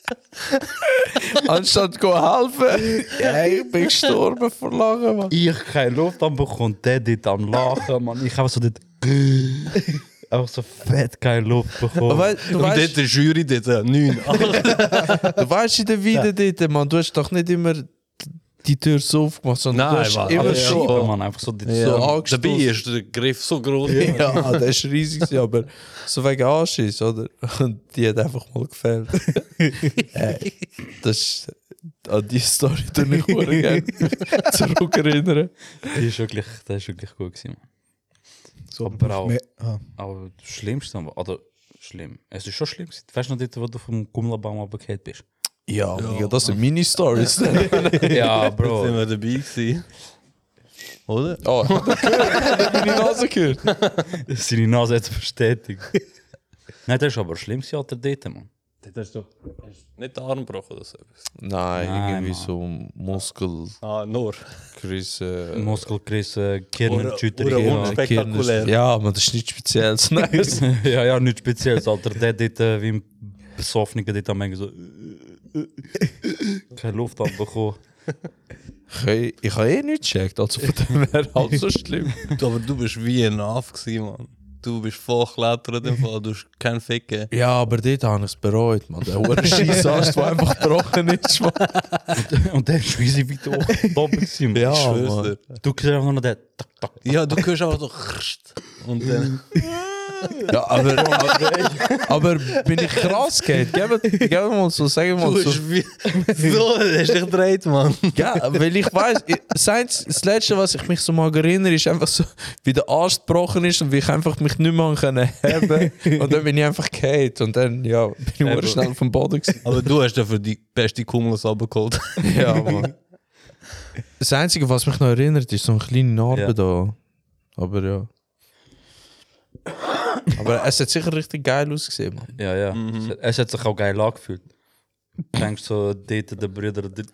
Anstatt zu helfen. Hey, ich bin gestorben vor Lachen, Mann. Ich keine Luft am bekommen, der dort am Lachen, Mann. Ich habe so dort. Einfach so fett keine Luft bekommen. Aber du Und dort weißt, die Jury, dort 9. du weißt in der Video dort, Mann, du hast doch nicht immer die Tür so aufgemacht, sondern Nein, du hast Mann, immer aber schon. Schieben, Mann. Einfach so dort. So Dabei angestoßen. ist der Griff so groß. Ja, der ist riesig, gewesen, aber so wegen Anschiss, oder? Und die hat einfach mal gefällt. Das ist, an die Story tue ich mir gerne zurückerinnern. Das ist wirklich gut gewesen, Mann. So, Aber auch- Ah. Aber das Schlimmste, oder schlimm. Es ist schon schlimm gewesen. Weißt du noch dort, wo du vom Gummelbaum abgekehrt bist? Ja, ja, das sind meine Stories. Ja, Sind Bro. wir dabei gewesen. Oder? Oh, ich habe meine Nase gehört. Seine Nase hat es bestätigt. Nein, das ist aber schlimm gewesen, Alter, dort, Mann. Das ist doch nicht der Arm gebrochen oder so. Nein, Nein, irgendwie Mann. so Muskelkrise. Ah, nur. Muskelgerissen, Gehirnerschütterung. Oder- Ja. Spektakulär. Ja, aber das ist nichts Spezielles. Nein. Ja, nichts Spezielles, Alter. Der dort wie ein Besoffener dort am Ende so. Keine Luft abbekommen. Ich habe eh nichts gecheckt, also von dem her halt so schlimm. Aber du bist wie ein Aff gewesen, Mann. Du bist voll geklettert im Fall, du hast keinen Fick gegeben. Ja, aber dort habe ich es bereut, man. Der hohe Scheissast, der einfach gebrochen ist, man. Und der ist wie weit oben gewesen, Mann. Ja, Ich schwör's Mann. dir. Du kriegst einfach nur den tak, tak. Ja, du hörst auch so und dann... Ja, aber bin ich krass, Kate? Gib mal so, sag mal Du so. bist wie... So, du hast dich gedreht, Mann. Ja, weil ich weiss, das Letzte, was ich mich so mal erinnere, ist einfach so, wie der Arsch gebrochen ist und wie ich einfach mich nicht mehr können heben. Und dann bin ich einfach Kate und dann, ja, bin ich Aber- sehr schnell vom Boden gewesen. Aber du hast dafür die beste Cumulus abgeholt. Ja, Mann. Das Einzige, was mich noch erinnert, ist so eine kleine Narbe Ja. da. Aber ja. Aber es hat sicher richtig geil ausgesehen, Mann. Ja, ja. Es hat sich auch geil angefühlt. Du denkst so, dort der Brüder dort,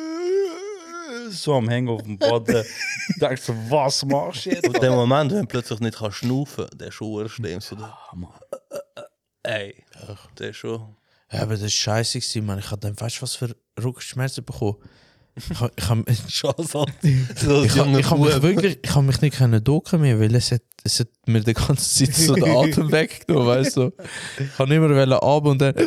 so am Hängen auf dem Boden. Du denkst so, was machst du jetzt? In dem Moment, wenn du plötzlich nicht kannst schnaufen, der Schuh stimmt so. Ey, der ist schon... Ja, aber das war scheiße, gewesen, Mann. Ich habe dann, weißt du, was für Rückenschmerzen bekommen? Ich habe Scheiße. So ich hab mich nicht können ducken mehr, weil es hat mir die ganze Zeit so den Atem weggenommen, weißt du. Ich habe immer ab und dann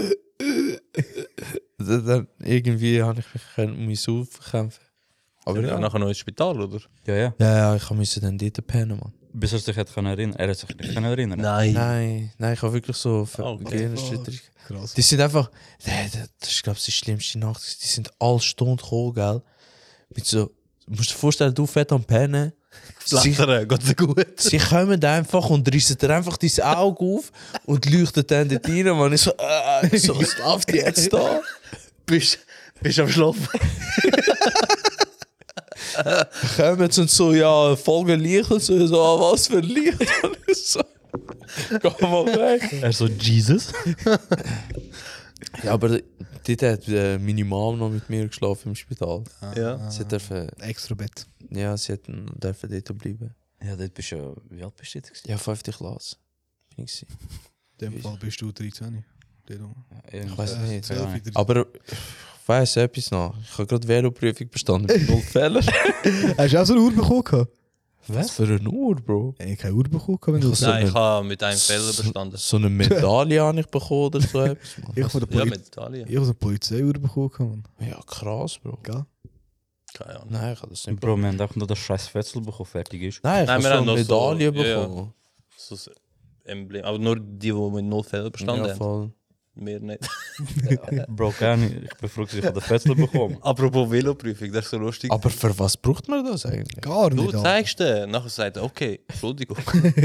irgendwie habe ich mich aufkämpfen. Aber Aber ja, nachher noch ins Spital, oder? Ja, ja. ja, ich musste dann dort pennen, Mann. Bis er sich hat können erinnern. Er hat sich nicht können erinnern. Nein, ich habe wirklich so Okay. Gehirnerschütterung. Krass. Die sind einfach, das ist glaube ich die schlimmste Nacht, die sind alle Stunden gekommen, gell. Mit so, du musst dir vorstellen, du fährst am Pennen. Sie, Flattern, Gott sei gut. sie kommen einfach und reissen dir einfach dein Auge auf und leuchten dann dort rein. Und ich so, so, was läuft jetzt da? Bist am Schlafen. Kommen sie und so, ja, Folge Licht und so, was für Licht? Und ich so, geh mal weg. Er so, Jesus. Ja, aber dort hat meine Mom noch mit mir geschlafen im Spital. Ja. Sie dürfen, Extra Bett. ja, sie dürfen dort bleiben. Ja, dort bist du ja, wie alt bist du jetzt? Ja, 5. Klasse. Bin ich gewesen. In dem Fall bist du 13. Ich weiß nicht. keine Ahnung. Aber ich weiss etwas noch. Ich habe gerade Velo-Prüfung bestanden mit 0 Fehler. Hast du auch so eine Uhr bekommen? Was für eine Uhr, Bro? Ich habe keine Uhr bekommen, wenn du Ich so. Nein, ich habe mit einem Fehler bestanden. So eine Medaille habe ich bekommen oder so etwas. Mann. Ich habe Ja, eine Medaille. ich habe so eine Polizeiuhr bekommen. Mann. Ja, krass, Bro. Gell? Keine Ahnung. Nein, ich habe das nicht Bro, wir haben einfach nur das scheiß Fetzel bekommen, fertig ist. Nein, ich Nein, habe wir so haben eine noch so- Medaille ja, ja. bekommen. So ein Emblem. Aber nur die mit 0 Fehler bestanden Ja, haben. voll. Mehr nicht. Bro, keine Ahnung. Ich bin froh, dass ich den Fetzler bekommen. Apropos Veloprüfung, das ist so lustig. Aber für was braucht man das eigentlich? Gar Du nicht. Alter. zeigst den, nachher sagt er, okay, Entschuldigung.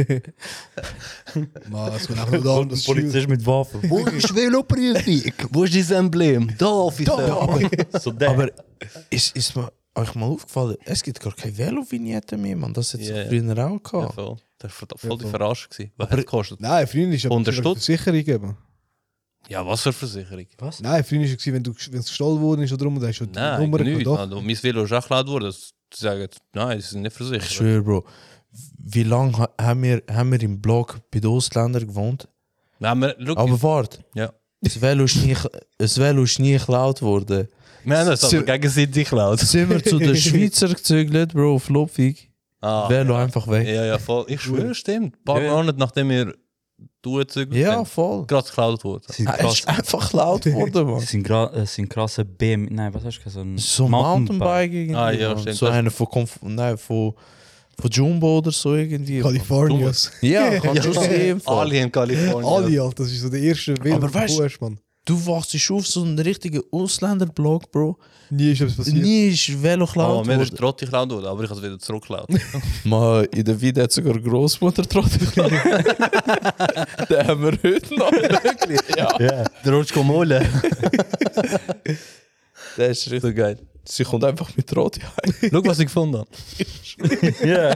Man, es kommt auch nur da, das Polizist mit Waffen. Wo ist Veloprüfung? Wo ist dein Emblem? Da, Officer. So der. Aber ist mir euch mal aufgefallen, es gibt gar keine Velo-Vignette mehr, man. Das hat es Ja. früher auch Ja, gehabt. voll. Das war voll die voll. Verarschung gewesen. Was hat es gekostet? Nein, früher ist aber 100 eine Stutz? Versicherung gegeben. Ja, was für Versicherung? Was? Nein, früher war es, wenn es gestohlen worden ist oder rum, dann hast du die Nein, Nummer nicht. doch. Also, mein Velo ist auch geklaut worden. Sie sagen, nein, sie sind nicht Ich versichert. schwöre, Bro. Wie lange haben wir im Blog bei den Ausländern gewohnt? Nein, schau, Aber warte, ja. das Velo ist nie geklaut worden. Wir haben das aber gegenseitig geklaut. Sind wir zu den Schweizer gezügelt, Bro, auf Lopwig. Velo einfach weg. Ja, ja, voll. Ich schwöre, stimmt. Ein paar Ja, ja. Monate nachdem wir durchgezügelt Ja, sind, voll. gerade geklaut worden. Sie sind Es krass. ist einfach geklaut worden, man. Es sind krasse BM. Nein, was hast du gesagt? So Mountainbike irgendwie. Ah, ja, Mann. stimmt. So einer von Jumbo oder so irgendwie. Californias. Ja, kannst du sehen. Alle in Kalifornien. Alle, Alter, das ist so der erste Velo, Aber den weißt du hast, Mann. Du wachst auf so einen richtigen Ausländerblog, Bro. Nie ist etwas passiert. Nie ist Velo Oh, geklaut mir ist worden. Trotti geklaut worden, aber ich habe es wieder zurückgeklaut. Man, in der Video hat sogar Großmutter trotzdem geklaut. Den haben wir heute noch. Wirklich? Ja. Ja. Der Rutschko Mole. Der ist richtig geil. Sie kommt einfach mit Roti heim. Schau, was ich gefunden habe. Ja.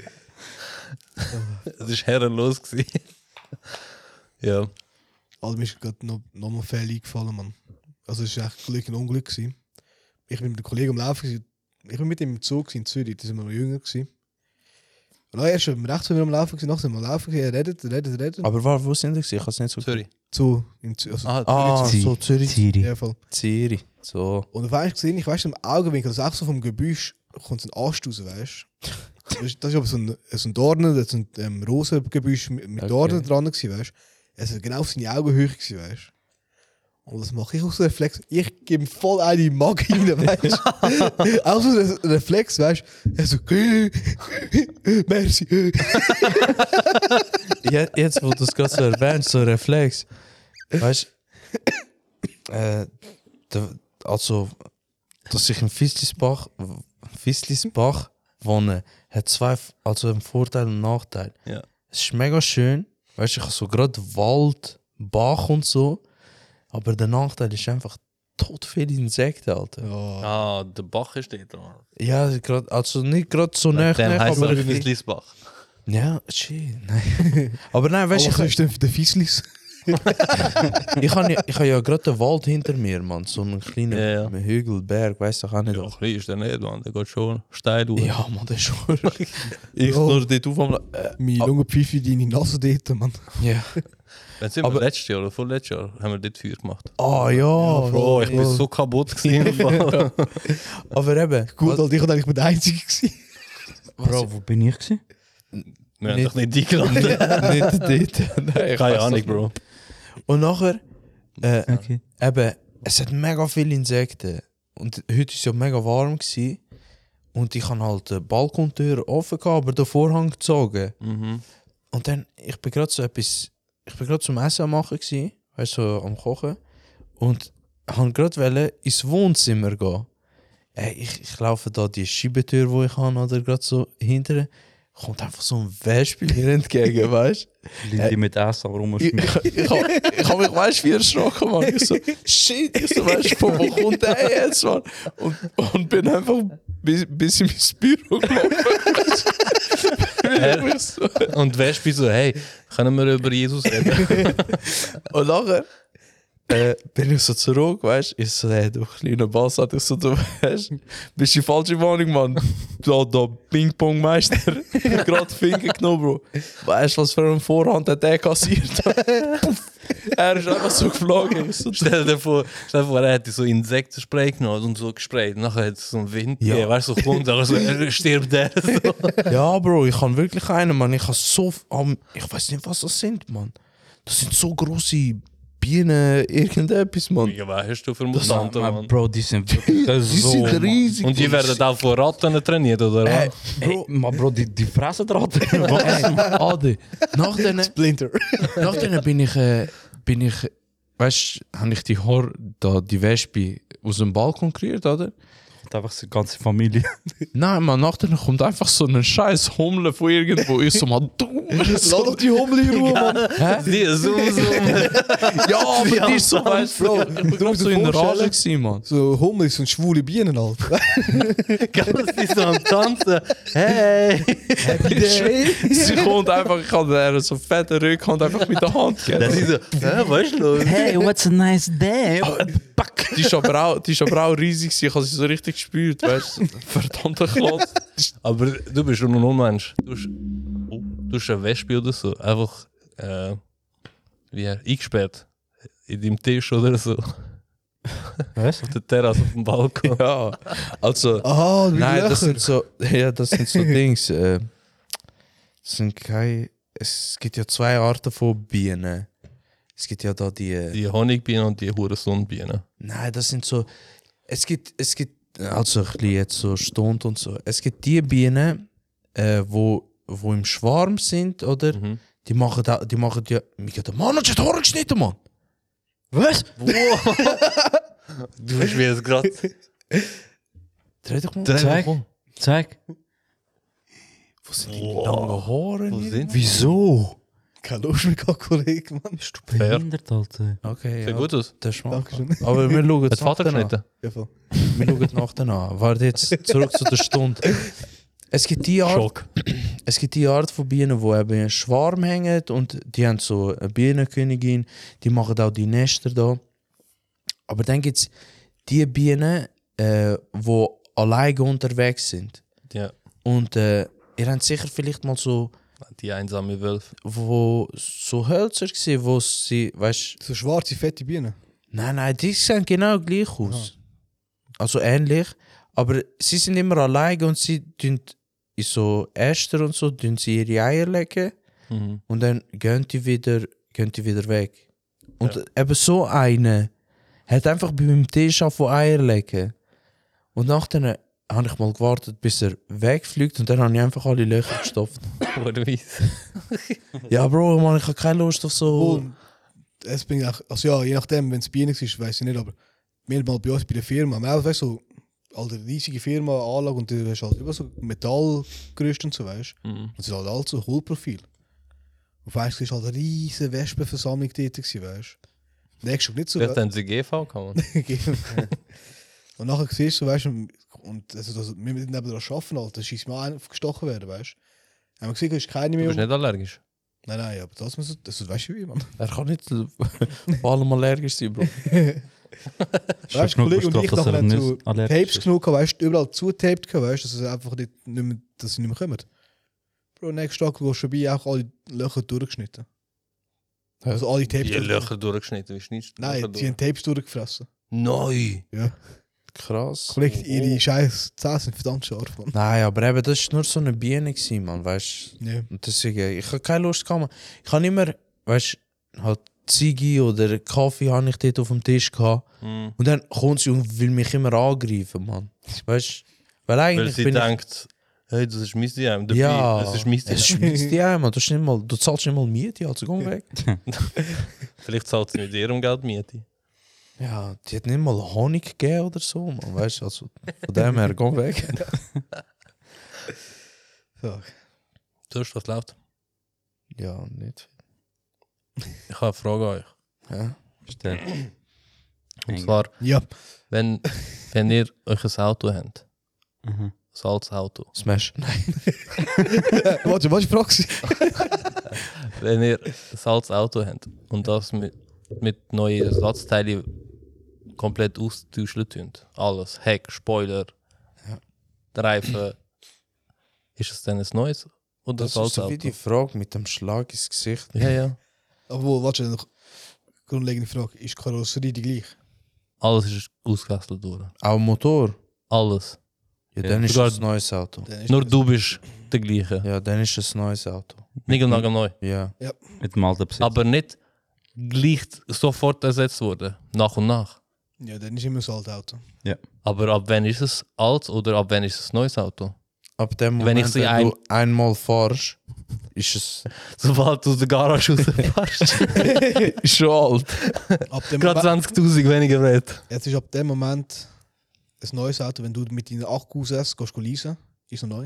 Es war herrenlos gewesen. Ja. Also mir ist gerade noch mal Fälle eingefallen, Mann. Also es war echt Glück und Unglück gewesen. Ich bin mit einem Kollegen am Laufen gewesen. Ich war mit ihm im Zug in Zürich, da sind wir noch jünger gewesen. Und dann erst rechts sind wir am Laufen gewesen, nachher sind wir am Laufen gewesen, er redet. Aber wo sind wir? Ich habe es nicht so Zürich. So, in Zürich. Also, Ah, so Zürich. ja, voll. Zürich. So. Und auf einmal gesehen, ich weiss im Augenwinkel, dass auch so vom Gebüsch kommt so ein Ast raus, weißt du? Das ist aber so ein Dornen, das ist ein Rosengebüsch mit Dornen dran gewesen, weißt du? Es war genau auf seine Augenhöhe gewesen, weißt du? Und das mache ich aus so Reflex. Ich gebe ihm voll eine in die Magen rein, weißt du? Auch so ein Reflex, weißt du? Er so, merci. Jetzt, wo du es gerade so erwähnst, so ein Reflex. Weißt du, also, dass ich in Fislisbach wohne, hat zwei, also einen Vorteil und einen Nachteil. Ja. Es ist mega schön, weißt du, ich habe so gerade Wald, Bach und so, aber der Nachteil ist einfach tot viele Insekten, Alter. Ja. Ah, der Bach ist dort. Ja, grad, also nicht gerade so nah, Dann heisst aber es Wieslisbach. ja, shit, nein. Aber nein, weißt Was du, ist denn für den Fieslis? ich habe ja gerade den Wald hinter mir, Mann. So einen kleinen Ja, ja. Hügel, Berg, weißt du auch nicht. Ja, klein ist der nicht, man. Der geht schon steil durch. Ja, Mann, das ist schon. Ich nur dort auf am. Meine Lungenpfeife in deine Nase dort, Mann. Ja. Dann sind wir Aber- letztes Jahr oder vorletztes Jahr haben wir dort Feuer gemacht. Ah ja. Bro, ich bin so kaputt gewesen. Aber eben. Gut, Alter, ich war eigentlich der Einzige gewesen. Bro, wo bin ich gewesen? Wir haben Nicht- doch nicht eingeladen. Nicht dort. Nein, ich Keine weiss Ahnung, das Bro. nicht. Und nachher. Okay. Eben, es hat mega viele Insekten. Und heute war es ja mega warm. Gewesen. Und ich habe halt die Balkontür offen gehabt, aber den Vorhang gezogen. Mhm. Und dann, ich bin gerade zum Essen am machen gsi, weißt du, so am Kochen. Und han gerade ins Wohnzimmer gehen. Ich laufe da die Schiebetür, wo ich habe, oder gerade so hinterher. Kommt einfach so ein Wespe mir entgegen, weißt du? Lindy mit Essen am Ich Rumschmieren. hab mich, weißt du, wie erschrocken, Mann. Ich so, shit, ich so, weißt du, von wo kommt der jetzt, Mann? Und bin einfach bis in mein Büro gelaufen. Bin ich so. Und Wespe so, hey, können wir über Jesus reden? Und nachher bin ich so zurück, weißt du? Ich so, hey, du kleiner Bastard, ich so, du weißt, bist in die falsche Wohnung, Mann. Da Ping-Pong-Meister, gerade Finger genommen, Bro. Weißt du, was für eine Vorhand hat der kassiert? Puff. Er ist einfach so geflogen. Ich so, Stell dir vor, er hätte so Insektenspray genommen und so gesprayt. Und nachher hat es so einen Wind Ja. gegeben, weißt du, so kommt, aber so, stirbt der. So. ja, Bro, ich kann wirklich einen, Mann. Ich habe so, ich weiß nicht, was das sind, Mann. Das sind so grosse Bienen, irgendetwas, Mann. Ja, was hast du für Mutanten, Mann? Bro, die sind wirklich Die so... sind Mann. riesig. Und die werden auch von Ratten trainiert, oder was? Ey, maar bro, die fressen er altijd. Ade, nach denen Splinter. bin ich weißt du, habe ich die Wespe aus dem Balkon kreiert, oder? Und einfach die ganze Familie. Nein, man, nachher kommt einfach so ein scheiß Hummel von irgendwo. Ich so, man, du. Lass doch die Hummel in Ruhe, Mann. Die Zoom. Ja, aber die ist so, weißt du, Bro, ich bin so in Rage gewesen, Mann. So Hummel ist so ein schwule Bienen, Alter. Ganz die so am Tanzen. Hey! Happy Day. Sie kommt einfach, ich hatte der so fetten Rücken und einfach mit der Hand Das gegeben. ist so, was ist los? Hey, what's a nice day? Die ist aber auch riesig gewesen, ich habe sie so richtig gespürt, weißt du. Verdammter Klotz. Aber du bist schon ein Unmensch. Du hast eine Wespe oder so. Einfach, eingesperrt. In deinem Tisch oder so. Was? Auf der Terrasse, auf dem Balkon. Ja, also, Aha, wie nein, das Löcher. sind so, ja, das sind so Dings, das sind es gibt ja 2 Arten von Bienen. Es gibt ja da Die Honigbienen und die Hurensohnbienen. nein, das sind so, es gibt, also ein bisschen jetzt so Stund und so. Es gibt die Bienen, wo im Schwarm sind, oder? Mhm. Die machen ja, der Mann hat schon die Haare geschnitten, Mann. Was? Du hast mir jetzt gerade... Dreh doch mal. Zeig. Zeig. Wo sind die langen Haare? Wo sind sie? Wieso? Keine Lust mehr, Kollege, Mann. Bist du behindert, Alter? Okay, Sieht ja, gut aus. das macht. Dankeschön. Aber wir schauen Hat jetzt Vater nachher an. geschnitten? Ja, voll. Wir schauen nachher an. Warte jetzt zurück zu der Stunde. Es gibt die Art von Bienen, die eben in einem Schwarm hängen und die haben so eine Bienenkönigin, die machen auch die Nester da. Aber dann gibt es die Bienen, die alleine unterwegs sind. Ja. Und ihr habt sicher vielleicht mal so, Die einsame Wölfe. wo so Hölzer gesehen, wo sie, weißt So schwarze, fette Bienen. nein, die sehen genau gleich aus. Also ähnlich. Aber sie sind immer alleine und sie tun in so Äster und so tun sie ihre Eier legen Mhm. und dann gehen die wieder weg. Und eben so eine hat einfach bei meinem Tisch von Eier legen. Und nachher habe ich mal gewartet, bis er wegfliegt und dann habe ich einfach alle Löcher gestopft. Oder weiss. Ja, Bro, man, ich habe keine Lust auf so. Und es bin auch, also ja, je nachdem, wenn es Bienen ist, weiß ich nicht, aber wir haben mal bei uns bei der Firma, wir haben so eine riesige Firma, Anlage und du hast halt über so Metallgerüste und so, weißt du. Mhm. Und es ist halt alles so Hohlprofil. Auf einmal war halt eine riesige Wespenversammlung dort, weißt du. Nächstes nicht so. Vielleicht haben sie GV gehabt. Und nachher siehst du, weißt du, und also, wir müssen neben daran arbeiten, Alter, da schießt mal einer gestochen werden, weißt du. Haben wir gesehen, ist keine Du mehr. bist nicht allergisch. Nein, aber das muss, das weißt du wie, Mann. Er kann nicht vor allem allergisch sein, Bro. Weißt du, Kollege und ich nachher haben so Tapes allergisch. genug gehabt, weißt du, überall zutaped gehabt, weißt du, dass es einfach nicht mehr, dass sie nicht mehr kommen. Bro, nächsten Tag gehst du vorbei, auch alle Löcher durchgeschnitten. Also alle Tapes. Die Löcher durchgeschnitten. Wie schneidest du Nein, Löcher sie haben Tapes durchgefressen. Neu! Ja. Krass. Kollege, ihre scheiß Zähne sind verdammt scharf, Mann. Nein, aber eben, das war nur so eine Biene, gewesen, man, weißt du. Ja. Und deswegen, ich habe keine Lust gehabt, man. Ich habe immer, weißt du, halt Ziege oder Kaffee habe ich dort auf dem Tisch gehabt. Mhm. Und dann kommt sie und will mich immer angreifen, man. Weißt du? Weil Weil eigentlich sie bin denkt, hey, das ist mein Diem. ich... Ja, das ist mein es Diem. schmeißt dich ein, man. Du zahlst nicht mal Miete, also geh weg. Vielleicht zahlt sie mit ihrem Geld Miete. Ja, die hat nicht mal Honig gegeben oder so, man. Weißt du, also von dem her, geh weg. So. Du hast was läuft. Ja, nicht. Ich habe eine Frage an euch. Ja. Stell. Und zwar, Ja. wenn ihr euch ein Auto habt, Mhm. ein altes Auto, Smash. Nein. Was ist die Frage? wenn ihr ein altes Auto habt und das mit neuen Ersatzteilen komplett austauschen könnt, alles, Heck, Spoiler, der Reifen, ist es dann ein neues oder Das ein ist altes so wie Auto? die Frage mit dem Schlag ins Gesicht. Ja. Obwohl, warte, noch grundlegende Frage. Ist die Karosserie die gleich? Alles ist ausgewechselt worden. Auch Motor. Alles. Ja, Ja. dann ist Sogar- es ein neues Auto. Dann ist Nur das- du bist der gleiche. Ja, dann ist es ein neues Auto. Nagel neu. Ja. Mit dem alten Besitz. Aber nicht gleich sofort ersetzt worden. Nach und nach. Ja, dann ist immer das alte Auto. Aber ab wann ist es alt oder ab wann ist es ein neues Auto? ab dem Wenn Moment, ich sie wenn du einmal fahrst, ist es Sobald du aus der Garage rausfährst. ist schon alt. Ab dem Gerade Moment, 20.000 weniger wert. jetzt ist ab dem Moment ein neues Auto, wenn du mit deinen Akkus gehst leasen, ist noch neu.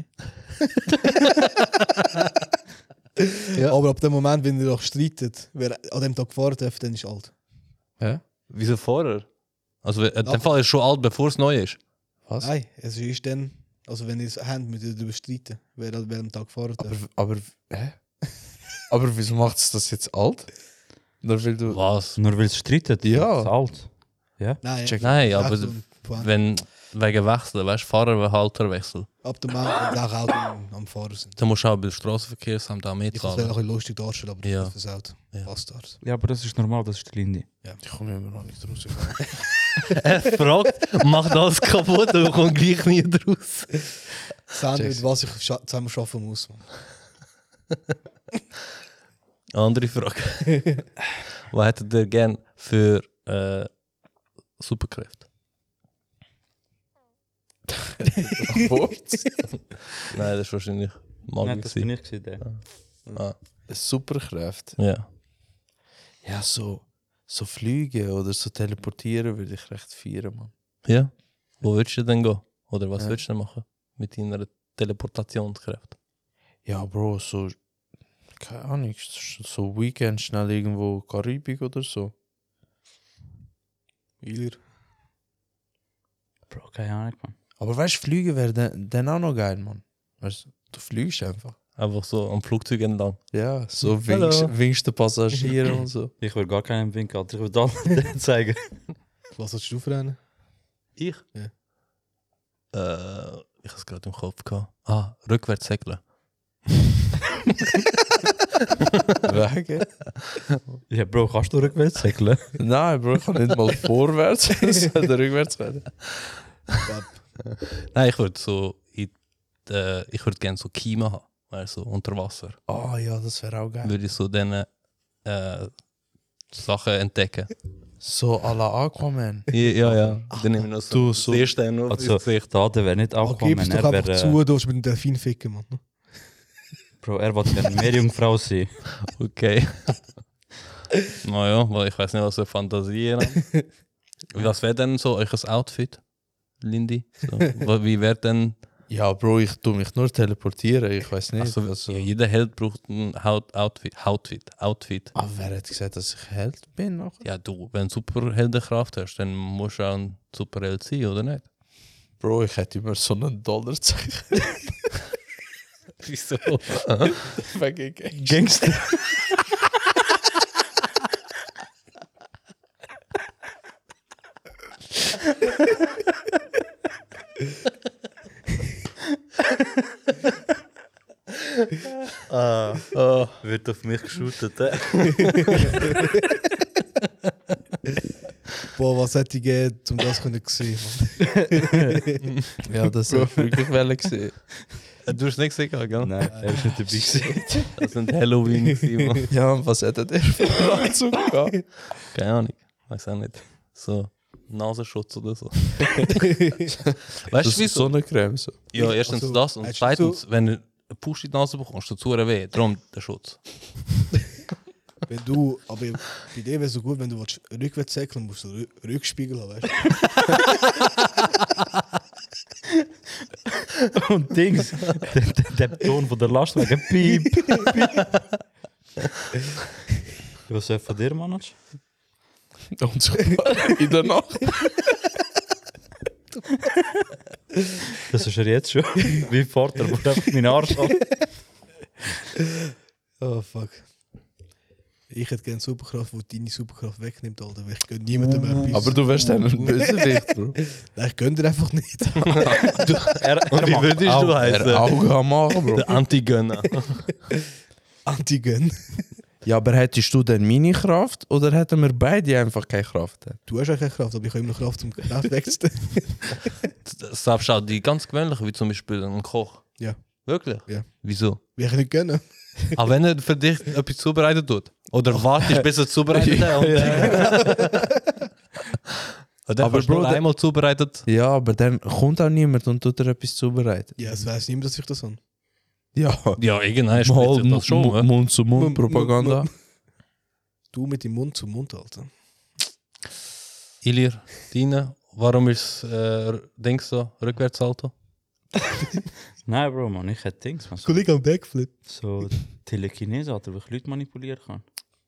Ja. Aber ab dem Moment, wenn ihr euch streitet, wer an dem Tag fahren darf, dann ist es alt. Ja? Wieso vorher? Also in dem Fall ist es schon alt, bevor es neu ist. Was? Nein, es ist dann, also wenn ihr es habt, müsst ihr darüber streiten, wer an welchem Tag fahren darf. Aber wieso macht es das jetzt alt? Nur weil du... Was? Nur weil es streitet. Ja. Das ist alt. Ja. Nein, Check. Nein, echt aber so ein Point. wenn wegen Wechsel, weißt du, Fahrerhalterwechsel, Ab dem Moment, wenn auch Auto am Fahren sind. dann musst du auch bei Straßenverkehrsamt auch Ich kann es mitzahlen. noch ein bisschen lustig darstellen, aber Ja. das ist Auto. Ja. Bastards. Ja, aber das ist normal, das ist die Linie. Ich komme immer noch nicht raus. Er fragt, macht alles kaputt und kommt gleich nie draus. Sehen, mit was ich zusammen arbeiten muss. Man. Andere Frage. Was hättet ihr gern für Superkräfte? Nein, das ist wahrscheinlich Nein, Magie. das bin ich gewesen, der. Ah, Superkräfte. ja. Ja, so fliegen oder so teleportieren würde ich recht feiern, man. Ja? Wo würdest du denn gehen? Oder was Ja. würdest du denn machen mit deiner Teleportationskraft? Ja, Bro, so... Keine Ahnung, so Weekend schnell irgendwo Karibik oder so. Wieler. Bro, keine Ahnung, man. Aber weißt du, fliegen wäre dann auch noch geil, man. Weißt du fliegst einfach. Einfach so am Flugzeug entlang. Ja, so Hallo. winkst den Passagieren und so. Ich will gar keinen Winkel, Alter. Ich will da zeigen. Was willst du rennen? Ich? Ja. Ich habe es gerade im Kopf gehabt. Ah, rückwärts segeln. Wegen? Ja, Bro, kannst du rückwärts segeln? Nein, Bro, ich kann nicht mal vorwärts, sondern rückwärts werden. Nein, ich würde so... ich würde gerne so Kiemen haben. Weißt du, so unter Wasser. Oh ja, das wäre auch geil. Würde ich so diese Sachen entdecken. So à la Aquaman. Ja. Dann nehme ich noch Du, so so- Seestern auf Also, ins Gesicht. da, der wäre nicht Gib angekommen. es doch Er einfach wäre, zu, du willst mit dem Delfin ficken, Mann. Bro, er wollte gerne Meerjungfrau sein. Okay. Naja, weil ich weiß nicht, was für Fantasien haben. Was wäre denn so euer Outfit, Lindy? So, wie wäre denn... Ja, Bro, ich tue mich nur teleportieren, ich weiß nicht. Also, Also, ja, jeder Held braucht ein Outfit. Aber wer hat gesagt, dass ich Held bin? Noch? Ja, du, wenn du Superheldenkraft hast, dann musst du auch ein Superheld sein, oder nicht? Bro, ich hätte immer so einen Dollarzeichen. Wieso? Wegen Gangster. Gangster. Wird auf mich geschootet, Boah, was hätte ich gegeben, um das zu sehen, Mann. Ja, das habe ich wirklich gesehen. Du hast nichts gesagt, gell? Nein, er ist nicht dabei gewesen. Das sind Halloween gewesen, Mann. Ja, und was hätte der für einen Anzug gehabt? Keine Ahnung. Weiß auch nicht. So Nasenschutz oder so. Weißt Das du ist wieso? Sonnencreme so. Ja, erstens Also, das und hättest du zweitens, wenn du einen Push in die Nase bekommst, tut es weh. Darum der Schutz. Wenn du, aber bei dir wäre es so gut, wenn du rückwärts säckeln musst, du Rückspiegel haben, weißt du? Und Dings, der Ton von der Lastwagen, piep, piep. Was ist von dir, Manoj? Und so in der Nacht. Das ist er jetzt schon. Wie Vater, wo einfach meinen Arsch hat. Oh fuck. Ich hätte gerne Superkraft, die deine Superkraft wegnimmt, Alter. Weil ich gönne niemandem etwas. Aber du wärst dann ein Bösewicht, Bro. Nein, ich gönne dir einfach nicht. Und wie würdest du Der heißen? Augen am Machen, Bro. Der Antigönner. Anti-Gönn. Ja, aber hättest du denn meine Kraft oder hätten wir beide einfach keine Kraft? Du hast ja keine Kraft, aber ich habe immer noch Kraft, um Kraft wegzunehmen. Selbst auch die ganz gewöhnlichen, wie zum Beispiel ein Koch. Ja. Wirklich? Ja. Wieso? Will ich nicht gönnen. Aber wenn er für dich etwas zubereitet tut. Oder wartest, bis er zubereitet hat. Dann Aber hast du nur Bro, einmal zubereitet. Ja, aber dann kommt auch niemand und tut dir etwas zubereiten. Ja, es weiß niemand, dass ich das habe. Ja, Ja, irgendwann mal spricht sich das schon. ne? Mund-zu-Mund-Propaganda. Du mit dem Mund zu Mund, Alter. Ilir, deine, warum ist Dings so, Rückwärtssalto? Nein, Bro, man, ich hätte Dings, man. Kollege am Backflip. So Telekinese, Alter, wo ich Leute manipulieren kann.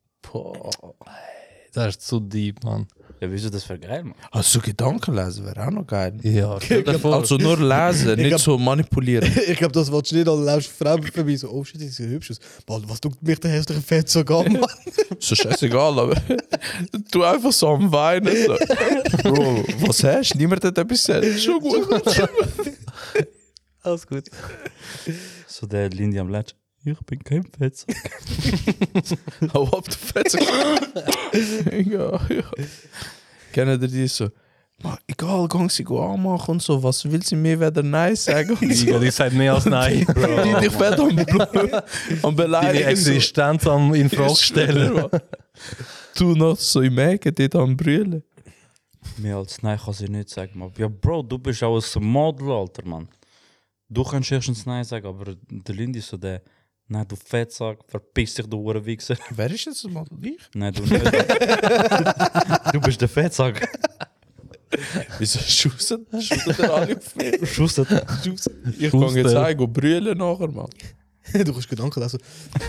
Das ist zu deep, Mann. Ja, wieso, das wäre geil, man. Also Gedanken lesen wäre auch noch geil. Ja, stell dir vor. Also nur lesen, nicht glaub- so manipulieren. Ich glaube, das willst du nicht, dann läufst du Frauen vorbei, so, oh shit, die sind hübsch aus. Mann, was tut mich der hässliche Fett so an, Mann? So scheißegal, aber du einfach so am Weinen. So. Bro, was hast du? Niemand hat etwas gesagt. Schon gut. Alles gut. So der Lindy am Latsch. Ich bin kein Fetz. Hau ab, du Fetzer. Ja. Kennen ihr die so? "Ma, egal, gang sie anmachen und so. Was will sie mir wieder Nein sagen? Und so. Die sagt mehr als nein. Die dich fett am Deine beleidigen. So. Existenz am in Frage stellen. Du noch so im Ecken, dort am Brüllen. Mehr als Nein kann sie nicht sagen, man. Ja, Bro, du bist auch ein Model, Alter, man. Du kannst erstens Nein sagen, aber der Lindy ist so der... Nein, du Fettsack, verpiss dich, du Hurenwichser. Wer ist jetzt mal? Ich? Nein, du nicht. Du bist der Fettsack. Wieso schusset ihr alle auf mich? Schusset. Ich kann jetzt sagen, brüllen nachher, Mann. Du kannst Gedanken lesen.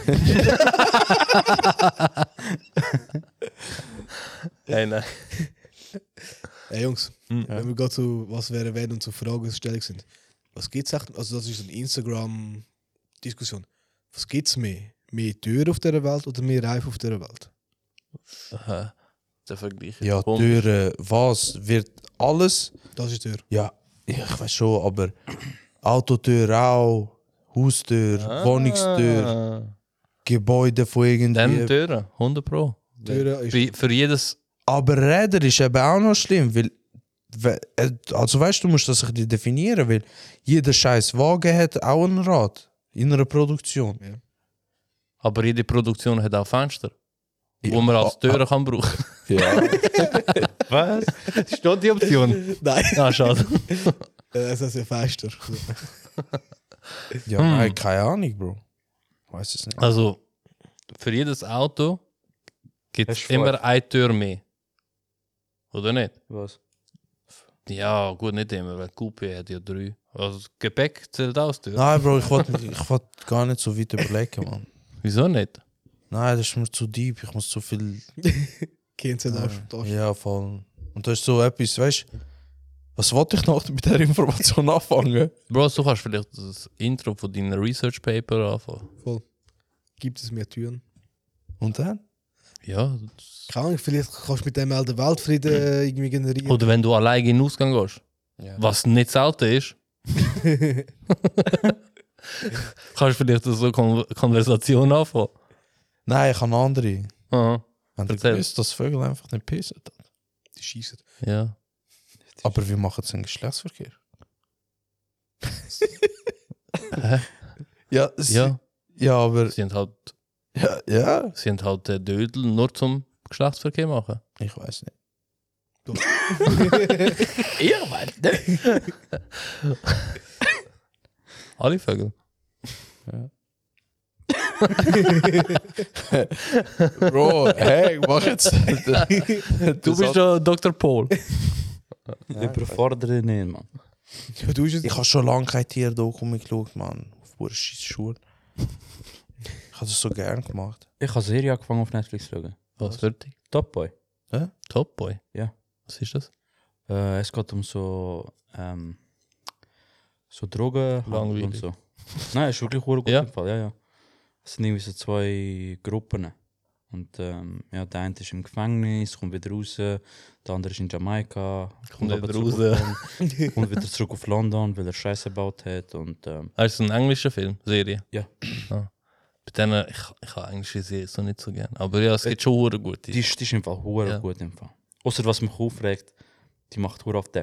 Nein. Hey Jungs, wenn wir gerade zu was wäre wenn und zu Fragestellung sind. Was gibt's echt? Also das ist eine Instagram-Diskussion. Was gibt's mehr? Mehr Türen auf dieser Welt oder mehr Reifen auf dieser Welt? Der Vergleich. Ja, Türen, was? Wird alles? Das ist die Tür. Ja, ich weiß schon, aber Autotür auch, Haustür, Wohnungstür, Gebäude von Dann irgendwie. Türen, 100 Pro. Türen ist Für jedes... Aber Räder ist eben auch noch schlimm, weil, also weißt du, musst das ein bisschen definieren, weil jeder scheiß Wagen hat auch ein Rad in einer Produktion. Aber jede Produktion hat auch Fenster, wo man als Türen kann brauchen. Ja. Was? Steht die Option? Nein, Ah, schade. es ist ja fester. Ja, nein, keine Ahnung, Bro. Weiß es nicht. Also, für jedes Auto gibt Hast es du immer eine Tür mehr. Oder nicht? Was? Ja, gut, nicht immer, weil Coupé hat ja 3. Also, das Gepäck zählt auch als Tür. Nein, Bro, ich wollte gar nicht so weit überlegen, Mann. Wieso nicht? Nein, das ist mir zu deep, ich muss zu viel... Cancel das. Ja, voll. Und das ist so etwas, weißt du, was wollte ich noch mit der Information anfangen? Bro, du kannst vielleicht das Intro von deinem Research Paper anfangen. Voll. Gibt es mehr Türen? Und dann? Ja. Keine Ahnung, vielleicht kannst du mit dem auch den Weltfrieden irgendwie generieren. Oder wenn du alleine in den Ausgang gehst. Ja. Was nicht selten ist. Kannst du vielleicht so eine Konversation anfangen. Nein, ich habe andere. Aha. Wenn du Erzähl. gewusst, dass Vögel einfach nicht pissen. Die schießen. Ja. Aber wir machen jetzt einen Geschlechtsverkehr. Hä? Ja, Ja. Ja, aber... Sie sind halt, Ja. Dödel nur zum Geschlechtsverkehr machen. Ich weiß nicht. Ja, Mann. Alle Vögel. Bro, hey, mach jetzt... Du bist ja Dr. Paul. Überfordere nicht, Mann. Ja, du bist Ich habe schon lange kein Tierdoku geschaut, Mann. Auf pure Schule. Ich habe das so gern gemacht. Ich habe Serie angefangen auf Netflix zu schauen. Was für dich? Top Boy. Top Boy. Ja. Was ist das? Es geht um so Drogen Langweilig. und so. Nein, ist wirklich gut Ja. im Fall. Ja. Es sind irgendwie so 2 Gruppen. Und ja, der eine ist im Gefängnis, kommt wieder raus, der andere ist in Jamaika, Kommt aber wieder zurück raus. auf London, kommt wieder zurück auf London, weil er Scheiße gebaut hat. Und Ist ein englischer Film, Serie? Ja. Ah. Bei denen, ich habe englische Serien so nicht so gern. Aber ja, es gibt schon hure gute. die ist im Fall hure Ja. gut im Fall. Außer was mich aufregt, die macht hure auf den.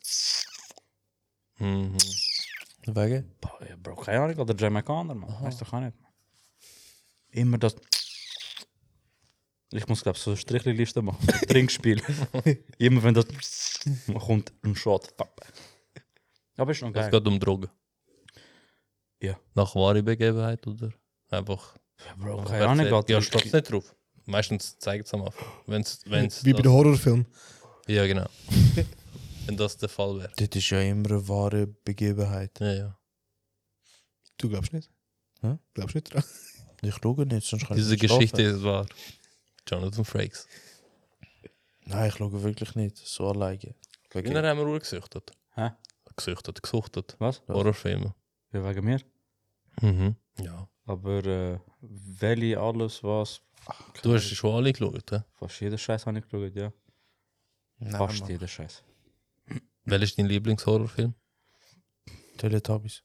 Mhm. Wegen? Boah, ja, Bro, keine Ahnung, oder Jamaikaner, man. Weißt du, kann nicht. Immer das. Ich muss, glaube ich, so eine Strichliste machen. Trinkspiel. Immer wenn das. Man kommt ein Shot. Aber ist noch Es geil. geht um Drogen. Ja. Nach wahre Begebenheit oder einfach. Ja, Bro, keine Ahnung. Ja, Gott, steht nicht drauf. Meistens zeigt es am Anfang. Wenn's Wie bei den Horrorfilmen. Ja, genau. Wenn das der Fall wäre. Das ist ja immer eine wahre Begebenheit. Ja, ja. Du glaubst nicht? Hä? Glaubst nicht dran? Ich schaue nicht, sonst kann Diese ich nicht Geschichte schlafen. ist wahr. Jonathan Frakes. Nein, ich schaue wirklich nicht. So alleine. Kinder haben wir auch gesuchtet. Hä? Gesuchtet. Was? Horrorfilme. Ja, wegen mir. Mhm. Ja. Aber welche alles was. Du hast die schon alle geschaut, hä? Fast jeder Scheiß habe ich geschaut, ja. Nein, Fast Mann. jeder Scheiß. Welcher ist dein Lieblingshorrorfilm? Teletubbies.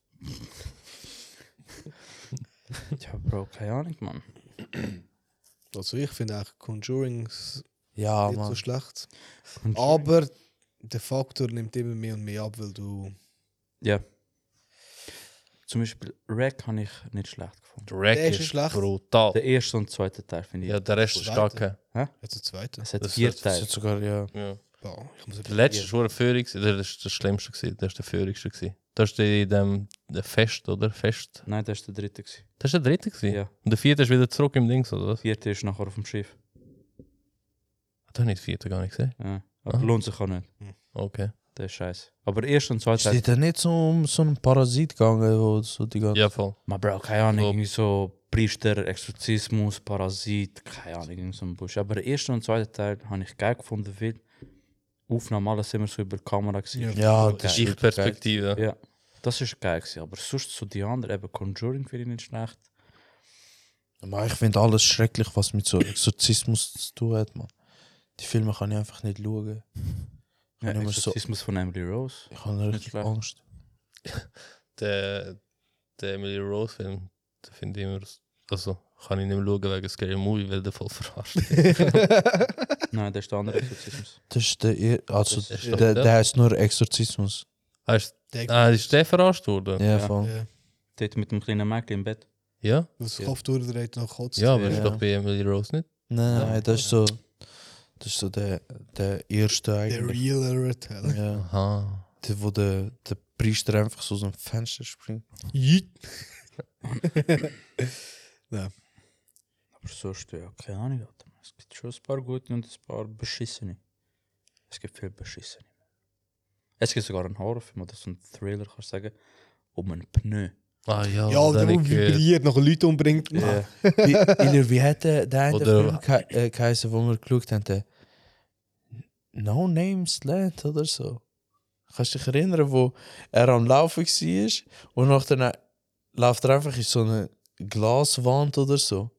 Ja, Bro, keine Ahnung, Mann. Also ich finde auch Conjuring Ja, nicht so Mann. schlecht. Und Aber der Faktor nimmt immer mehr und mehr ab, weil du... ja. Zum Beispiel Rack habe ich nicht schlecht gefunden. Der Rack Der ist ist schlecht. brutal. Der erste und zweite Teil finde ich. Ja, der Rest ist Zweite. stark. Jetzt der zweite. Es hat das 4 ist- Das Teile. ist sogar, ja. Ja. Boah, ich muss Der etwas- letzte war schon der Führung, das ist das Schlimmste gewesen. Das ist der Führigste gewesen. Das ist in dem der Fest, oder? Fest. Nein, das war der dritte. Gewesen. Das ist der dritte gewesen? Ja. Und der vierte ist wieder zurück im Dings, oder was? Der vierte ist nachher auf dem Schiff. Das habe ich den vierten gar nicht gesehen. Ja. Aber Aha. lohnt sich auch nicht. Okay. Der ist scheiße. Aber der erste und zweite Ist Teil. dir nicht so um so einen Parasit gegangen, wo so die ganze... Ja, voll. Man Bro, keine Ahnung. So. Irgendwie so Priester, Exorzismus, Parasit, keine Ahnung, irgend so ein Busch. Aber der erste und zweite Teil habe ich geil gefunden, weil Aufnahmen alles immer so über die Kamera gewesen. Ja, das das ist ist wirklich geil. Ich-Perspektive. Ja, das ist geil gewesen. Aber sonst so die anderen, eben Conjuring finde ich nicht schlecht. Aber ich finde alles schrecklich, was mit so Exorzismus zu tun hat, man. Die Filme kann ich einfach nicht schauen. Ja, Wenn man so- Exorzismus von Emily Rose. Ich habe Nicht richtig schlecht. Angst. Der Emily Rose Film, den finde ich immer. Also, kann ich nicht mehr schauen wegen Scary Movie, weil der voll verarscht. Nein, das ist der andere Exorzismus. Das ist der... Also, Das ist doch der, der. der heißt nur Exorzismus. Ist Der ist der verarscht worden? Ja, Ja. voll. Ja. Dort mit dem kleinen Mädchen im Bett. Ja? Das Ja. Kopf durchdreht nach Kotz. Ja, aber ist Ja. doch bei Emily Rose nicht. Nein, Ja. nein, das ist so... Das ist so der erste Der eigentlich. Real Teller. Ja. Aha. Der, wo der Priester einfach so aus dem Fenster springt. Aber sonst, ja, keine Ahnung. Alter. Es gibt schon ein paar gute und ein paar beschissene. Es gibt viel beschissene. Es gibt sogar einen Horrorfilm oder so einen Thriller, kannst du sagen, um einen Pneu. Ah ja, Ja, der den wo hab ich gehört. vibriert, noch Leute umbringt. Ja. Wie hat der eine Oder- Film geheißen, wo wir geschaut haben? Der No Names Land oder so. Kannst du dich erinnern, wo er am Laufen war und nachher läuft er einfach in so eine Glaswand oder so?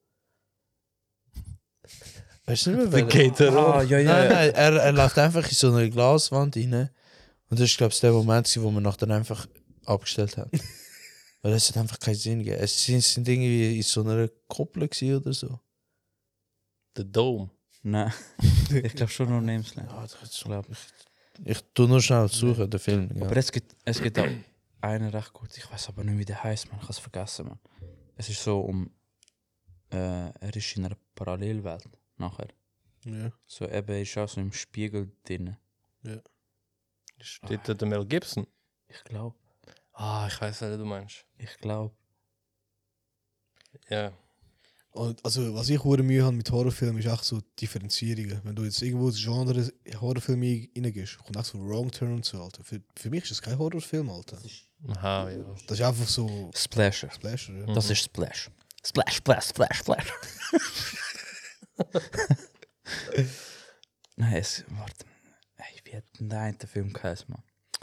Weißt du nicht mehr, Der geht er Ah, ja, ja. Nein, nein, er läuft einfach in so eine Glaswand rein. Und das ist, glaube ich, der Moment, gewesen, wo wir nachher einfach abgestellt haben. Weil es hat einfach keinen Sinn gegeben. Es sind irgendwie in so einer Koppel gewesen oder so. Der Dome. Nein, ich glaube schon noch Namesland. Ja, das ist Glaub ich tu nur schnell suchen, den Film. Ja. Aber es gibt auch einen recht gut, ich weiß aber nicht, wie der heißt, man, ich habe es vergessen, man. Es ist so er ist in einer Parallelwelt nachher. Ja. So eben, er ist auch so im Spiegel drin. Steht da der Mel Gibson? Ich glaube. Ah, ich weiß nicht, was du meinst. Ich glaube. Ja. Und also, was ich hure Mühe habe mit Horrorfilmen, ist auch so Differenzierungen. Wenn du jetzt irgendwo das Genre Horrorfilm reingehst, kommt auch so Wrong Turn und so, Alter. Für mich ist das kein Horrorfilm, Alter. Aha, ja. Das ist einfach so Splasher. Splasher, ja. Das ist Splash. Splash, Splash, Splash, Splash. Nein, warte. Ey, wie hat denn der eine Film geheißen, man?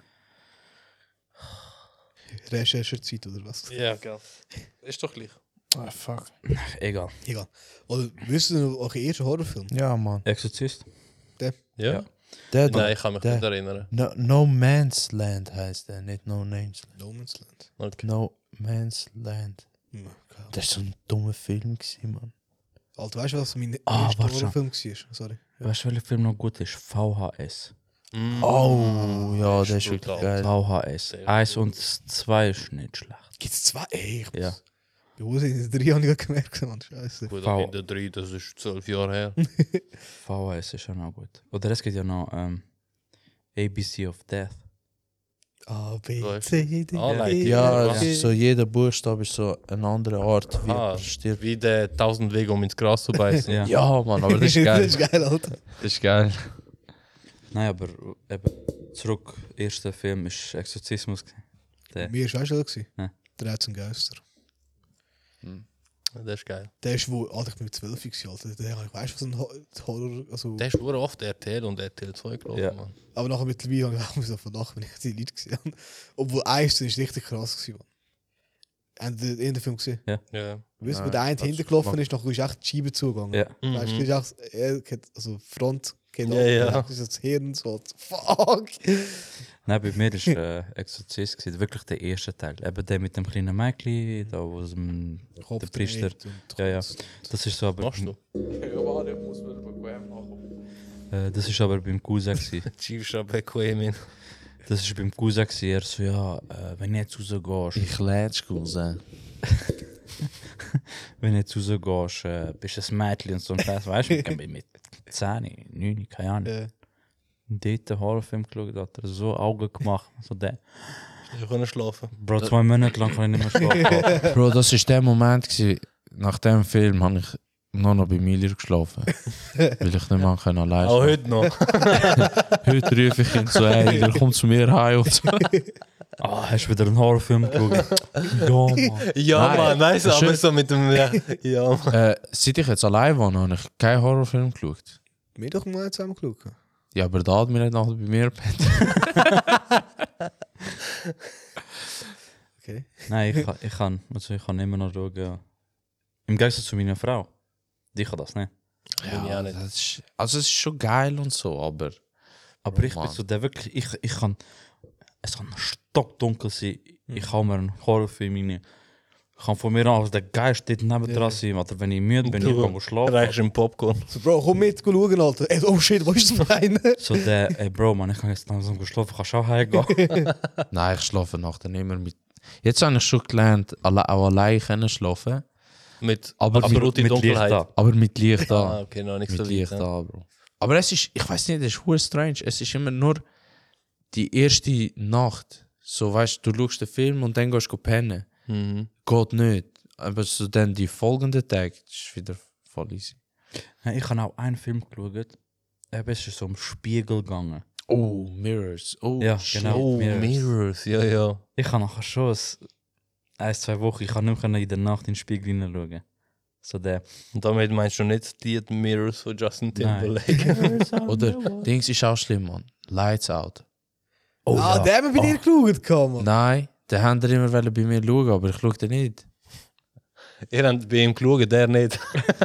Recherchezeit oder was? Ja, gell. Ist doch gleich. Ah, fuck. Egal. Egal. Oder wisst ihr noch, euer erster Horrorfilm? Ja, Mann. Exorzist? Ja? Ja. Der Nein, ich kann mich der- nicht erinnern. No Man's Land heißt der, nicht No Names Land. No Man's Land. Okay. No Man's Land. Hm, keine Ahnung. Das war so ein dummer Film, gewesen, Mann. Alter, weißt du, was mein Ah, erster warte schon. Horrorfilm war? Sorry. Weißt du, welcher Film noch gut ist? VHS. Oh, ja, ist der ist wirklich brutal. geil. VHS. Sehr 1 und 2 ist nicht schlecht. Gibt es zwei? Ey, ich Ja. muss... Wo sind die drei? Habe ich gerade gemerkt, Mann. Scheiße. Gut, V- aber in der 3, das ist 12 Jahre her. VHS ist ja noch gut. Oder es gibt ja noch ABC of Death. A, B, Läuft. C, D, Ah, E, Ja, F, es G. ist so jeder Buchstabe ist so eine andere Art, wie Ah, er stirbt. wie der 1000 Wege, um ins Gras zu beißen. Ja. Ja, Mann, aber das ist Das geil. ist geil, Alter. Das ist geil. Nein, aber eben zurück, erster Film ist Exorzismus. Der. Mir war auch schon gewesen. Ja. 13 Geister. Das ist geil. Der ist wo, Alter, ich bin 12 gewesen, Alter. Ich weiss, was ein Horror, also... Der ist nur oft RTL und RTL 2 gelaufen, Ja. Mann. Aber nachher mittlerweile habe ich auch so von Nacht, wenn ich die Leute gesehen habe. Obwohl eins ist richtig krass gewesen, Mann. Haben Sie den Film gesehen? Ja. Weißt du, wo Nein, der eine das hintergelaufen mag- ist, nachher ist echt die Scheibe zugegangen. Ja. Weißt du, Mhm. ist echt, er geht, also Front geht Ja, ab, ja. das ist das Hirn so, fuck! Nein, bei mir war Exorzist, gewesen, wirklich der erste Teil. Eben der mit dem kleinen Mädchen, da wo es der Priester. dreht und Ja, ja. kotzt. Das ist so aber. Machst du? Das ist aber beim Cousin. Gewesen. Chiefs aber bequem. Das ist beim Cousin. Gewesen. Er so, ja, wenn du jetzt rausgehst, Ich lädst sein. wenn du jetzt rausgehst, bist du ein Mädchen und so ein Scheiß. Weißt du, ich bin mit 10, 9, keine Ahnung. Ja. Dort einen Horrorfilm geschaut, hat er so Augen gemacht. So der. Ich kann schlafen. Bro, 2 Monate lang kann ich nicht mehr schlafen. Bro, das war der Moment, gewesen, nach dem Film habe ich nur noch bei Miller geschlafen. Weil ich nicht mehr allein Auch schlafen. heute noch. Heute rufe ich ihn so, hey, der kommt zu mir heim und so. Ah, hast du wieder einen Horrorfilm geschaut? Ja, Mann. Ja, Nein, Mann, weißt du, das ist aber schön. so mit dem. Ja, Mann. Seit ich jetzt allein war, habe ich keinen Horrorfilm geschaut. Wir doch mal zusammen geschaut. Ja, aber da hat mir nicht nachher bei mir gepennt. Okay. Nein, ich kann immer noch schauen. Ja. Im Gegensatz zu meiner Frau. Die kann das nicht. Bin ich auch nicht. das ist, also es ist schon geil und so, aber... Aber ich bin Mann. so der wirklich. Ich kann. Es kann stockdunkel sein. Ich kann mir einen Horrorfilm rein. Ich kann von mir aus der Geist dort nebendran sein. Oder wenn ich müde bin, ich kann schlafen. Reichst im Popcorn. So, Bro, komm mit, schauen, Alter. Ey, oh shit, wo ist das Bein? So der, ey Bro, man, ich kann jetzt langsam schlafen, kannst du auch heimgehen. Nein, ich schlafe nachts immer mit... Jetzt habe ich schon gelernt, auch allein können schlafen. Mit Aber absoluter mit Licht Dunkelheit. da. Aber mit Licht Ah, da. okay, noch nichts Mit so Licht weit. Ja. da, Bro. Aber es ist, ich weiß nicht, es ist hure strange. Es ist immer nur die erste Nacht. So, weißt du, du schaust den Film und dann gehst du pennen. Mhm. Geht nicht. Aber so dann die folgenden Tage ist wieder voll easy. Ich habe auch einen Film geschaut. Eben, es ist so um Spiegel gegangen. Oh, Mirrors. Oh, Ja, shit. genau. Oh, Mirrors. Mirrors, ja, ja. Ich habe nachher schon 1-2 Wochen, ich kann nicht mehr in der Nacht in den Spiegel hineinschauen. So der. Und damit meinst du nicht das Lied Mirrors von Justin Timberlake. Oder Dings ist auch schlimm, man. Lights Out. Oh, Ah, der haben wir bei dir geschaut, Mann. Nein, den haben die immer wollen bei mir schauen, aber ich schaue den nicht. Ihr habt bei ihm geschaut, der nicht.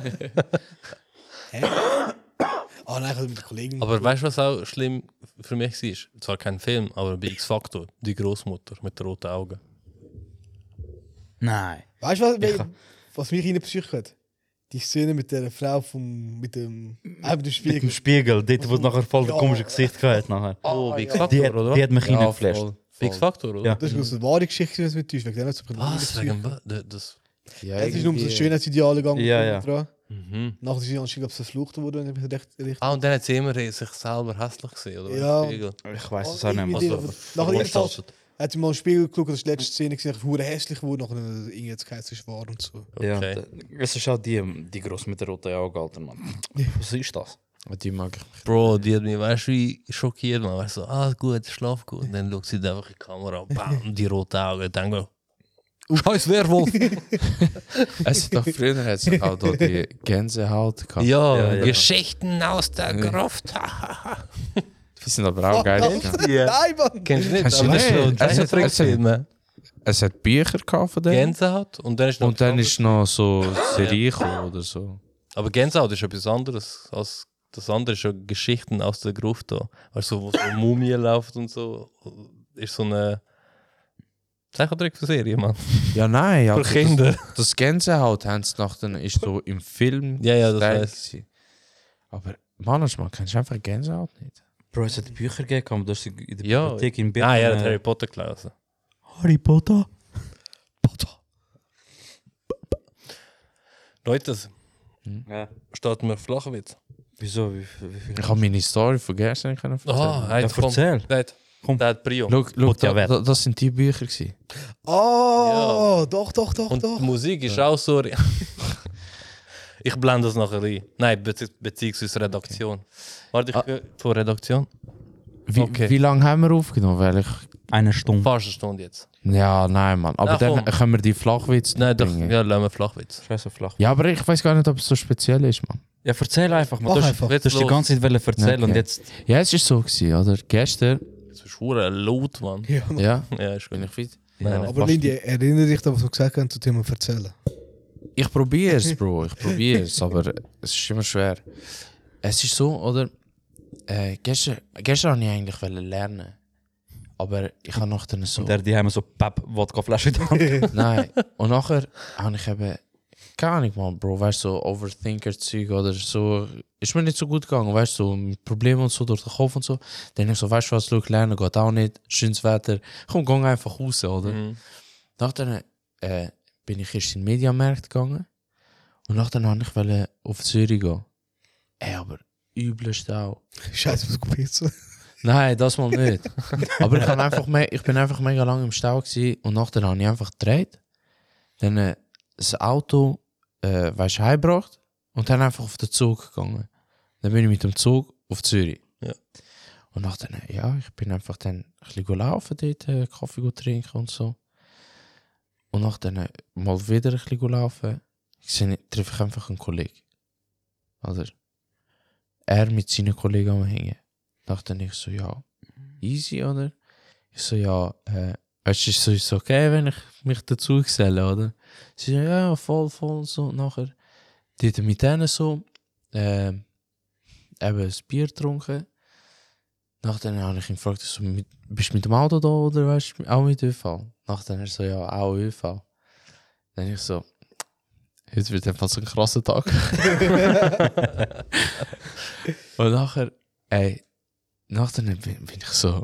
Ah, nein, ich habe mit Kollegen. Aber weißt du, was auch schlimm für mich war? Zwar kein Film, aber bei X-Factor, die Großmutter mit den roten Augen. Nein. Weißt du, Ich- was mich rein psychisch hat? Die Szene mit der Frau mit dem Mit dem Spiegel. Spiegel, dort wo es nachher voll das Ja. komische Gesicht gehabt nachher. Oh, bei Die, X-Factor, oder? die hat mich reingeflasht. voll. Bei X-Factor, oder? Ja. Das ist aus der wahre Geschichte, wenn es mit uns wegen dem hat es Was? Wegen was? Das. Ja, Es ist um so irgendwie- Schönheitsideale gegangen. Ja, ja. Dran. Mhm. Nachher sind sie anscheinend verflucht worden, wenn ich recht. Ah, und dann hat sie immer sich selber hässlich gesehen, oder? Ja. Im Spiegel. Ich weiß es auch nicht mehr. Irgendwie Also, die- Nachher jedenfalls Vorgestellt. hat sie mal im Spiegel geschaut, das ist die letzte Szene gesehen, hure hässlich wurde, nachher irgendwie jetzt geheißen, es war und so. Ja, Okay. es ist auch die Gross mit der roten Augen, Alter, Mann. Was ist das? Die mag ich. Bro, die hat mich, weißt du, wie schockiert, man. Weißt du, so, ah, gut, schlaf gut. Und dann schaut sie einfach in die Kamera, bam, die roten Augen. Dann go, scheiß Werwolf. Es ist doch früher hat es auch da die Gänsehaut gehabt. Ja, Ja, ja. Geschichten aus der Ja. Gruft. Die sind aber auch geil. Ja. Nein, Mann! Kennst du nicht? Hast du Aber das ist nicht? so ein Es hat- Zeichentrickfilm. Es hat Bücher gehabt von denen. Gänsehaut und dann ist noch Und dann etwas ist noch so Serie gekommen oder so. Aber Gänsehaut ist etwas anderes als das andere, ist schon Geschichten aus der Gruft da. Weißt du, wo so Mumie läuft und so. Ist so eine Zeichentrickserie, Mann. Ja, nein, Für also Kinder. das Gänsehaut haben sie nachher ist so im Film. Ja, ja, das gezeigt weiß gewesen. Aber manchmal kennst du einfach Gänsehaut nicht. Bro, es hat Bücher gegeben, du hast sie in der Ja. Bibliothek in Bern. Ah ja, der Harry Potter gelesen. Harry Potter? Leute, Ja. starten wir Flachwitz. Wieso? Ich habe meine Story vergessen. Ich kann erzählen. Ah, Ja, erzähl. Komm. Der hat Prio. Schau, ja wert. das sind die Bücher gewesen. Oh, doch. Und die Musik ist auch so... Ich blende das nachher ein. Nein, beziehungsweise Redaktion. Warte, von Redaktion? Okay. Wie lange haben wir aufgenommen? Weil ich... 1 Stunde. Fast eine Stunde jetzt. Ja, nein, Mann. Aber Ja, dann komm. können wir die Flachwitz Nein, doch, bringen. ja, lassen wir Flachwitz. Scheiße flach. Ja, aber ich weiß gar nicht, ob es so speziell ist, Mann. Ja, erzähl einfach. Man, Mach du einfach. hast die ganze Zeit erzählen Okay. und jetzt... Ja, es ist so gewesen, oder? Gestern, Das ist verdammt laut, Mann. Ja, ja, Ja, ist bin gut. ich fit. Nein, nein. aber Lindy, erinnere dich da, was du gesagt hast, zu Thema erzählen. Ich probiere es, Bro. Ich probiere es, aber es ist immer schwer. Es ist so, oder? Gestern wollte ich eigentlich lernen. Aber ich habe noch dann so... Die haben so Pep-Wodka-Flasche da. Nein. Und nachher habe ich eben... Keine Ahnung, Mann, Bro. Weißt du, so Overthinker-Zeug oder so... Ist mir nicht so gut gegangen, weißt du, so mit Problemen und so durch den Kopf und so. Dann ich so, weißt du was, schau, lernen geht auch nicht. Schönes Wetter. Komm, geh einfach raus, oder? Mhm. Nachher bin ich erst in den Mediamarkt gegangen. Und nachher wollte ich auf Zürich gehen. Aber übel Stau. Scheiße, was kopiert so? Nein, das mal nicht. Aber ich bin einfach mega lange im Stau gewesen und nachher habe ich einfach gedreht. Dann das Auto heimgebracht und dann einfach auf den Zug gegangen. Dann bin ich mit dem Zug auf Zürich. Ja. Und nachher, ich bin einfach dann ein bisschen laufen dort, Kaffee trinken und so. Und nachher mal wieder ein bisschen laufen. Treffe ich einfach einen Kollegen. Oder? Er mit seinen Kollegen am Hängen. Dachte ich so, ja, easy, oder? Ich so, ja, es ist okay, wenn ich mich dazu geselle, oder? Sie so, ja, voll, so. Nachher, dort mit denen so, eben ein Bier getrunken. Nachher habe ich ihn gefragt, so, bist du mit dem Auto da, oder weißt du, auch mit ÖV? Nachher er so, ja, auch ÖV. Dann ich so, heute wird einfach so ein krasser Tag. Und nachher, nachher bin ich so,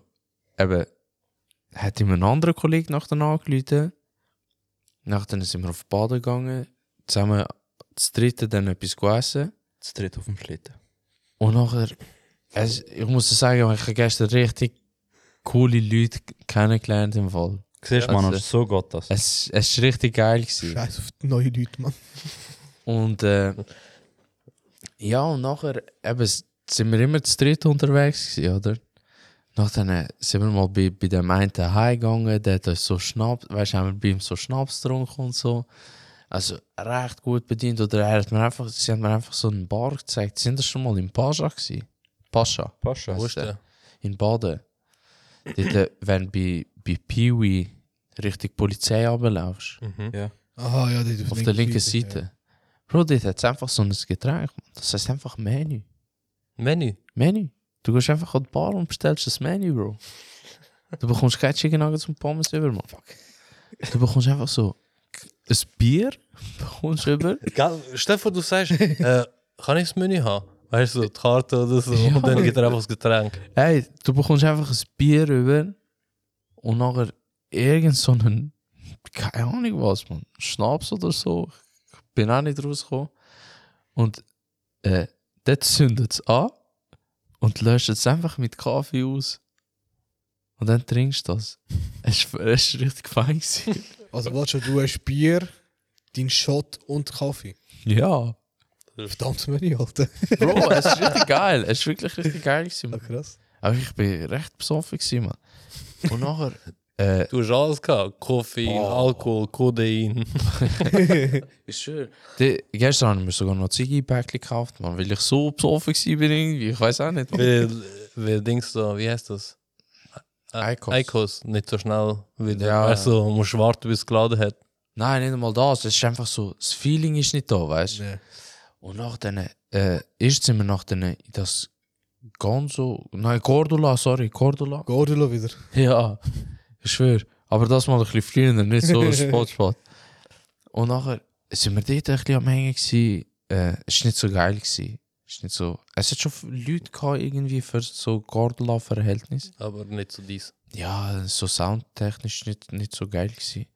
hat ihm ein anderer Kollege nachher angerufen. Nachher sind wir auf die Baden gegangen, zusammen das dritte dann etwas gegessen. Das dritte auf dem Schlitten. Und nachher, ich muss sagen, ich habe gestern richtig coole Leute kennengelernt im Fall. Siehst du, Mann, so geht das. Es war richtig geil gewesen. Scheiße auf die neuen Leute, Mann. Und ja, und nachher sind wir immer zu dritt unterwegs gewesen, oder? Nachher sind wir mal bei dem einen heimgegangen, der hat uns so Schnaps, weißt du, haben wir bei ihm so Schnaps getrunken und so. Also recht gut bedient. Oder sie haben mir einfach so einen Bar gezeigt. Sind das schon mal in Pascha gewesen? Pascha. Pascha. Wo ist der? In Baden. Dort, wenn du bei Piwi Richtung Polizei runterlaufst. Mhm. Ja. Aha, ja, die Auf der linken Seite. Bro, dort hat es einfach so ein Getränk. Das heißt einfach Menü. Menü? Du gehst einfach an die Bar und bestellst das Menü, Bro. Du bekommst keine Chicken Nuggets und Pommes über, Mann. Du bekommst einfach so ein Bier, bekommst du über. Stell dir vor, du sagst, kann ich das Menü haben? Weißt du, die Karte oder so. Ja. Und dann gibt er einfach das Getränk. Hey, du bekommst einfach ein Bier über und nachher irgend so einen, keine Ahnung was, man, Schnaps oder so. Ich bin auch nicht rausgekommen. Und dort zündet es an und löscht es einfach mit Kaffee aus. Und dann trinkst du das. Es war richtig fein gewesen. Also, warte schon, du hast Bier, dein Shot und Kaffee. Ja. Verdammt Menü, Alter. Bro, es ist richtig geil. Es ist wirklich richtig geil gewesen, Ja, man. krass. Aber ich bin recht besoffen gewesen, man. Und nachher, Du hast alles gehabt. Koffein, Alkohol, Codein. ist schön. Gestern haben wir sogar noch Ziggy-Päckchen gekauft, man, weil ich so besoffen war bin irgendwie. Ich weiß auch nicht. Weil Dings da, wie heißt das? Eikos. Eikos, nicht so schnell wieder. Ja. Weißt du, musst warten, bis es geladen hat. Nein, nicht einmal das. Es ist einfach so, das Feeling ist nicht da, weißt du? Nee. Und nach dann, erst sind wir nach dann in das Gonzo, nein, Cordula. Gordolo wieder. Ja, ich schwöre. Aber das mal ein bisschen früher, nicht so Spot. Und nachher sind wir dort ein bisschen am Hängen gewesen. Es war nicht so geil gewesen. Es hat schon Leute gehabt, irgendwie für so Cordula-Verhältnis. Aber nicht so dies. Ja, so soundtechnisch nicht so geil gewesen.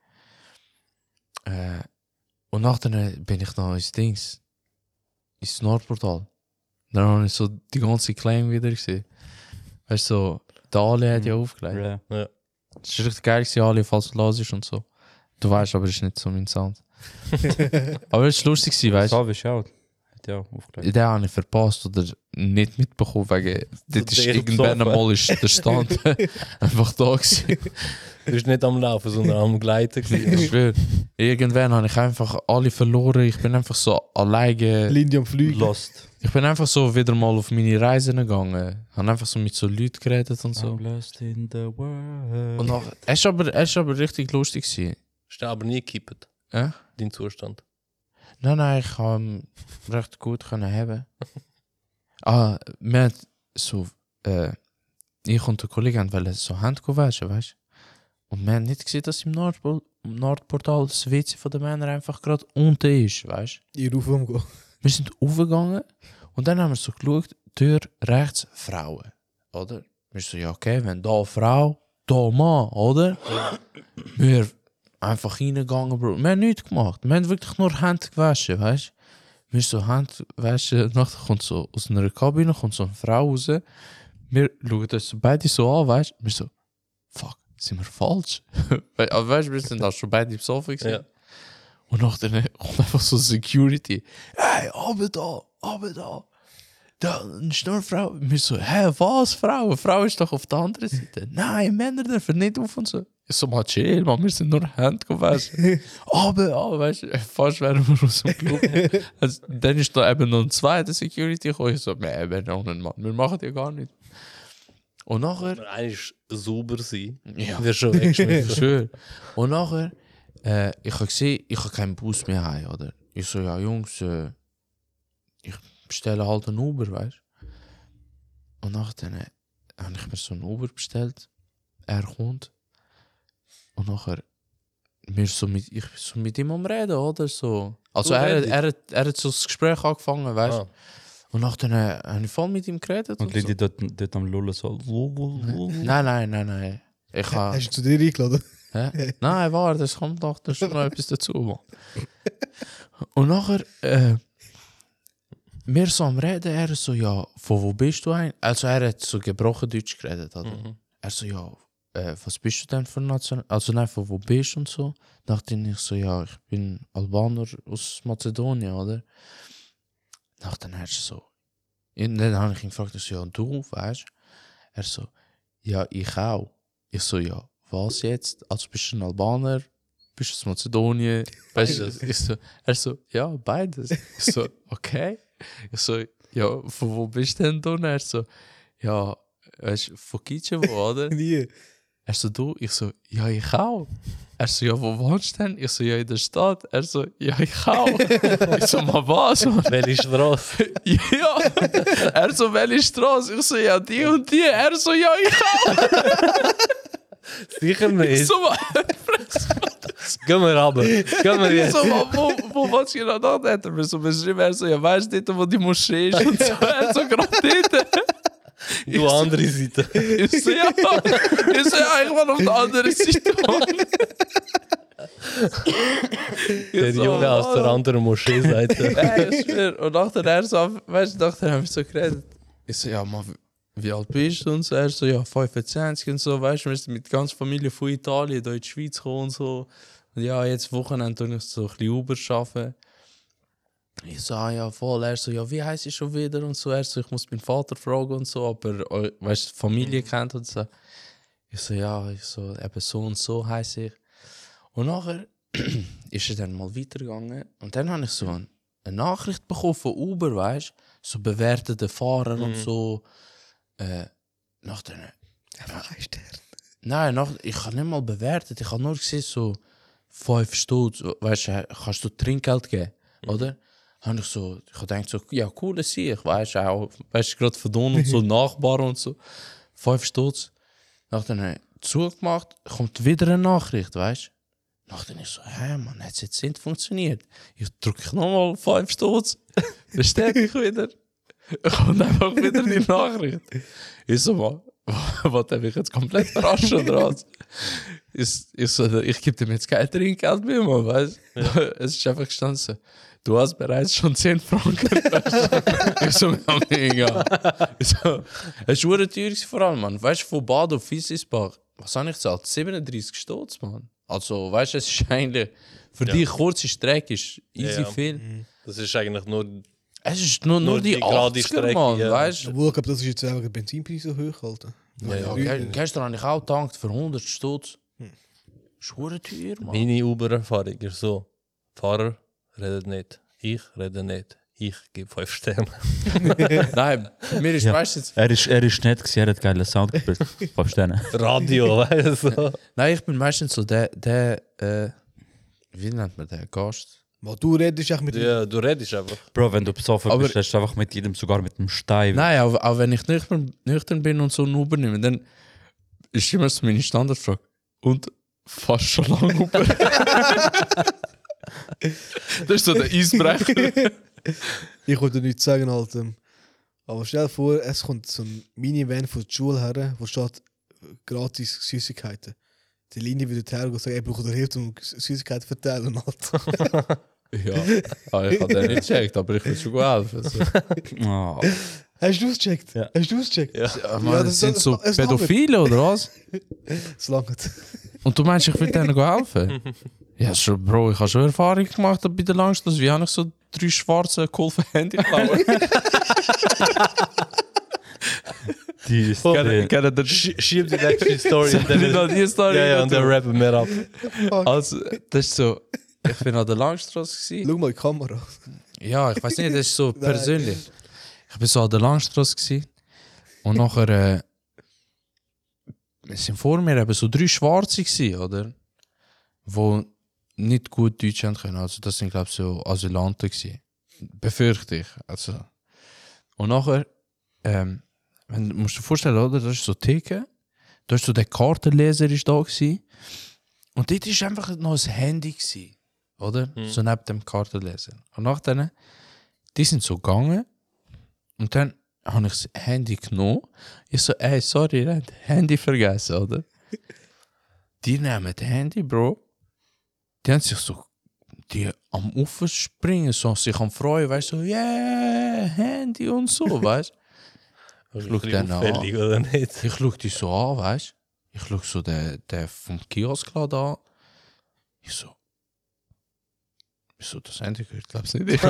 Und nachher bin ich noch ins Nordportal. Dann habe ich so die ganze Claim wieder gesehen. Weißt du, so, der Ali hat ja aufgelegt. Ja. Das ist richtig geil gewesen, Ali, falls du hörst und so. Du weißt, aber es ist nicht so mein Sound. Aber es war lustig gewesen, weißt du. Savic auch. Hat ja auch aufgelegt. Den habe ich verpasst oder nicht mitbekommen, wegen dort ist der irgendwann besoffen. einmal ist der Stand einfach da gewesen. Du bist nicht am Laufen, sondern am Gleiten. Ich schwöre. Irgendwann habe ich einfach alle verloren. Ich bin einfach so alleine. Linie am Fliegen. Lost. Ich bin einfach so wieder mal auf meine Reisen gegangen. Habe einfach so mit so Leuten geredet und so. I'm lost in the world. Und nachher, es ist aber richtig lustig gewesen. Hast du aber nie gekippt, Ja? dein Zustand. Nein, ich habe ihn recht gut können haben. Wir haben so, ich und der Kollege wollten so Hände waschen, weißt du? Und wir haben nicht gesehen, dass im Nordportal das WC von den Männern einfach gerade unten ist, weißt du? Ihr umgehen. Wir sind aufgegangen und dann haben wir so geschaut, Tür rechts Frauen, oder? Wir so, ja okay, wenn da Frau, da Mann, oder? Wir einfach reingegangen, Bro. Wir haben nichts gemacht. Wir haben wirklich nur Hände gewaschen, weißt du? Wir so Hände waschen, nachher kommt so aus einer Kabine kommt so eine Frau raus. Wir schauen uns beide so an, weißt du? Wir so, fuck, sind wir falsch? Aber weißt du, wir sind auch schon beide besoffen gewesen. Ja. Und nachher kommt einfach so Security. Hey, aber da. Da ist nur eine Frau. Wir so, hä, was, Frau? Frau ist doch auf der anderen Seite. Nein, Männer dürfen nicht auf und so. Ich so, mal chill, man, wir sind nur Hände gewaschen. aber, weißt du, fast wären wir aus dem Club. Also, dann ist da eben noch ein zweiter Security gekommen. Ich so, wir noch nicht, Mann, wir machen ja gar nicht. Und nachher... Aber eigentlich sauber sein. Ja. Wird schon weggeschmissen. Schön. Und nachher, ich habe gesehen, ich habe keinen Bus mehr heim, oder? Ich so, ja Jungs, ich bestelle halt einen Uber, weißt du? Und nachher habe ich mir so einen Uber bestellt. Er kommt. Und nachher, ich so mit ihm am Reden, oder? So. Also er hat so das Gespräch angefangen, weißt du? Ah. Und nachher habe ich voll mit ihm geredet. Und so. Lidi dort am Lullen so. Nein. Ich habe... Hast du zu dir eingeladen? Hä? Nein, warte, es kommt noch, da ist noch etwas dazu, Mann. Und nachher, wir so am Reden, er so, ja, von wo bist du eigentlich? Also er hat so gebrochen Deutsch geredet, oder? Er so, ja, was bist du denn für Nation? Also nein, von wo bist du und so? Dachte ich so, ja, ich bin Albaner aus Mazedonien, oder? Dann er so, und dann habe ich ihn gefragt, so, ja, und du, weißt du? Er so, ja, ich auch. Ich so, ja, was jetzt? Also bist du ein Albaner? Bist du aus Mazedonien? Beides. Er so, ja, beides. Ich so, okay. Ich so, ja, von wo bist du denn da? Er so, ja, weißt du, von Kitschewo, oder? Nie. Er so, du? Ich so, ja, ich auch. Er so, ja, wo wohnst du denn? Ich so, ja, in der Stadt. Er so, ja, ich auch. Ich so, mal was? Mann? Welche Straße? Ja. Er so, welche Straße? Ich so, ja, die und die. Er so, ja, ich auch. Sicher Ich nicht. so, mal, Gehen wir runter. Gehen wir ich jetzt. so, mal, wo wohnst du genau da? Dann hat er mir so beschrieben, er so, ja, weißt du dort, wo die Moschee ist? Und so, er so, gerade dort. Du andere Seite. Ich so, ja, ich war auf der anderen Seite. Der Junge aus der anderen Moscheeseite. Ich schwör. Und nachher er so, weißt du, nachher haben wir so geredet. Ich so, ja, Mann, wie alt bist du? Und so, er so, ja, 25 und so, weißt du, wir sind mit der ganzen Familie von Italien hier in die Schweiz gekommen und so. Und ja, jetzt Wochenende tue ich so ein bisschen Uber arbeiten. Ich so, ja, voll. Er so, ja, wie heisst ich schon wieder? Und so, er so, ich muss meinen Vater fragen und so, ob er, weißt du, die Familie kennt und so. Ich so, ja, eben so und so heisst ich. Und nachher ist er dann mal weitergegangen und dann habe ich so eine Nachricht bekommen von Uber, weißt du, so bewertete Fahrer und so. Nachher, nein, ich habe nicht mal bewertet, ich habe nur gesehen, so 5 Stutz, weißt du, kannst du Trinkgeld geben, oder? Habe ich habe gedacht, so, ja, cool, ich weißt du, auch, weißt du, gerade von unten und so, Nachbarn und so, 5 Stutz. Nachher zugemacht, kommt wieder eine Nachricht, weißt du? Nachdem ich so, hä, Mann, hat es jetzt nicht funktioniert? Ich drücke nochmal 5 Stutz, bestätige ich wieder. Kommt einfach wieder die Nachricht. Ich so, Mann, was habe ich jetzt komplett verarscht oder was? Ich gebe dem jetzt kein Trinkgeld mehr, Mann, weißt du? Es ist einfach gestanden so, du hast bereits schon 10 Franken. Ich so, mega. So, es war teuer vor allem, Mann. Weißt du, von Bad auf Fiesisbach, was habe ich gezahlt? 37 Stutz, Mann. Also, weißt du, es ist eigentlich, für die kurze Strecke ist easy viel. Das ist eigentlich nur... Es ist nur die gerade 80er, Strecke, Mann, ja. weißt du? Obwohl, ich glaube, das ist jetzt einfach der Benzinpreis so hoch, Alter. Gestern habe ich auch getankt für 100 Stutz. Ist verdammt teuer, Mann. Meine Uber-Erfahrung ist so, Fahrer redet nicht, ich rede nicht, ich gebe 5 Sterne. Nein, mir ist Ja. meistens... Er ist nett gewesen, er hat geile Sound gespielt. 5 Sterne. Radio, weißt du so. Nein, ich bin meistens so der wie nennt man den? Gast? Weil du redest echt mit Ja, du redest einfach. Bro, wenn du besoffen Aber- bist, hast du einfach mit jedem, sogar mit dem Stein. Nein, auch wenn ich nüchtern bin und so einen Uber nehme, dann ist immer so meine Standardfrage. Und fast schon lange Uber. Das ist so der Eisbrecher. Ich wollte nichts sagen, Alter. Aber stell dir vor, es kommt so ein Minivan von der Schule her, wo steht gratis Süßigkeiten. Die Linie würde her und sagen, ich brauche dir Hilfe, um Süßigkeiten zu verteilen, Alter. Ja, ich habe den nicht gecheckt, aber ich will schon gut helfen. So. Oh. Hast du es gecheckt? Ja. Hast du es gecheckt? Ja. Ja, Mann, das- sind das- so es Pädophile oder was? Es langt. Und du meinst, ich will denen helfen? Ja, schon, Bro, ich habe schon Erfahrung gemacht bei der Langstrasse. Wie habe ich so 3 schwarze Kulfen-Handy geklaut? Die Story. Kennen den Schieb die nächste Story. und dann- noch die Story? ja, und dann rappen wir ab. Also, das ist so, ich bin an der Langstrasse gewesen. Schau mal in die Kamera. Ja, ich weiß nicht, das ist so persönlich. Ich bin so an der Langstrasse gewesen. Und nachher, es sind vor mir eben so 3 Schwarze gewesen, oder? Wo nicht gut Deutsch haben können. Also, das sind, glaube ich, so Asylanten gewesen. Befürchte ich. Also. Und nachher, wenn, du musst dir vorstellen, oder? Das ist so Theke. Da ist so der Kartenleser ist da gewesen. Und dort ist einfach noch ein Handy gewesen, oder? So neben dem Kartenleser. Und nachher, die sind so gegangen. Und dann habe ich das Handy genommen. Ich so, ey, sorry, ich habe das Handy vergessen, oder? Die nehmen das Handy, Bro. Die haben sich so, die am Ufer springen, so sich am freuen, weißt du, so, yeah, Handy und so, weißt du? Ich schau den an. auffällig, oder nicht? Ich schaue die so an, weißt du? Ich schaue so den vom Kiosk an. Ich so, wieso das Handy gehört? Glaubst du nicht?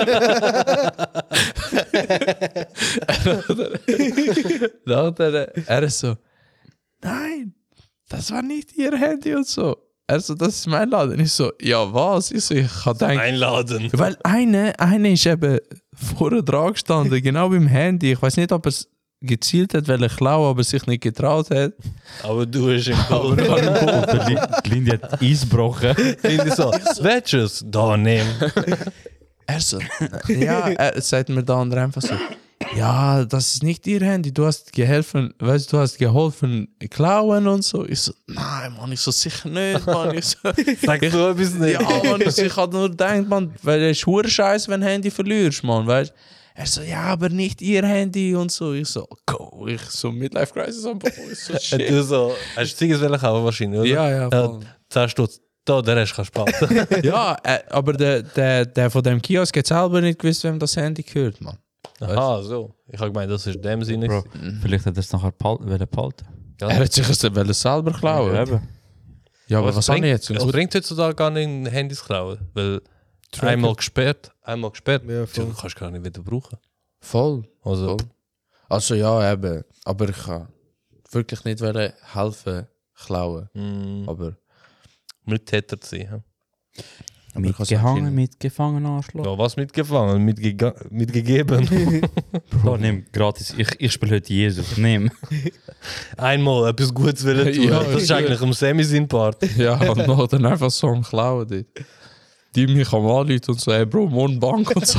Nachher, er so, nein, das war nicht ihr Handy und so. Er so, das ist mein Laden. Ich so, ja was? Ich so, ich kann denken, Einladen. weil eine ist eben vorne dran gestanden, genau beim Handy. Ich weiß nicht, ob er es gezielt hat, weil er klauen, aber sich nicht getraut hat. Aber du hast im Aber Gold. ich habe ihn Die Linie hat Eis gebrochen. Finde ich so. Willst du es? Da nehmen. Er so, ja, er sagt mir der andere einfach so, ja, das ist nicht ihr Handy, du hast geholfen, weißt du, hast geholfen klauen und so. Ich so, nein, Mann, ich so, sicher nicht, Mann. Ich so, Sag so etwas nicht. ja, Mann, ich hab nur gedacht, Mann, weil es ist hure scheiße, wenn du Handy verlierst, Mann, weißt du. Er so, ja, aber nicht ihr Handy und so. Ich so, go, ich so Midlife Crisis am Bauch. Ich so, Und shit. du so, hast du Ziggis kaufen wahrscheinlich, oder? Ja, voll. 10 Stutz. Da, der Rest kannst du behalten. Ja, aber der von dem Kiosk hat selber nicht gewusst, wem das Handy gehört, Mann. Aha, so. Ich habe gemeint, das ist in dem Sinne. Bro, vielleicht hat er es nachher behalten. Ja. Er hat sich es selber klauen. Ja, eben. Ja, aber was habe ich jetzt? Es bringt heutzutage gar nicht, Handys klauen. Weil einmal gesperrt. Ja, du voll. kannst gar nicht wieder brauchen. Voll. Also, Also ja, eben. Aber ich kann wirklich nicht helfen, klauen. Aber Mittäter zu sein. Mitgehangen, mitgefangen, Arschloch. Ja, was mitgefangen? Mitgegeben. Bro, nimm gratis. Ich spiele heute Jesus. Nimm. Einmal etwas Gutes wollen tun. Ja, das ist ja. eigentlich im Semi-Sinn-Part. ja, und noch dann einfach so am Klauen dort. Die mich am Anrufen und so, ey Bro, morgen Bank und so.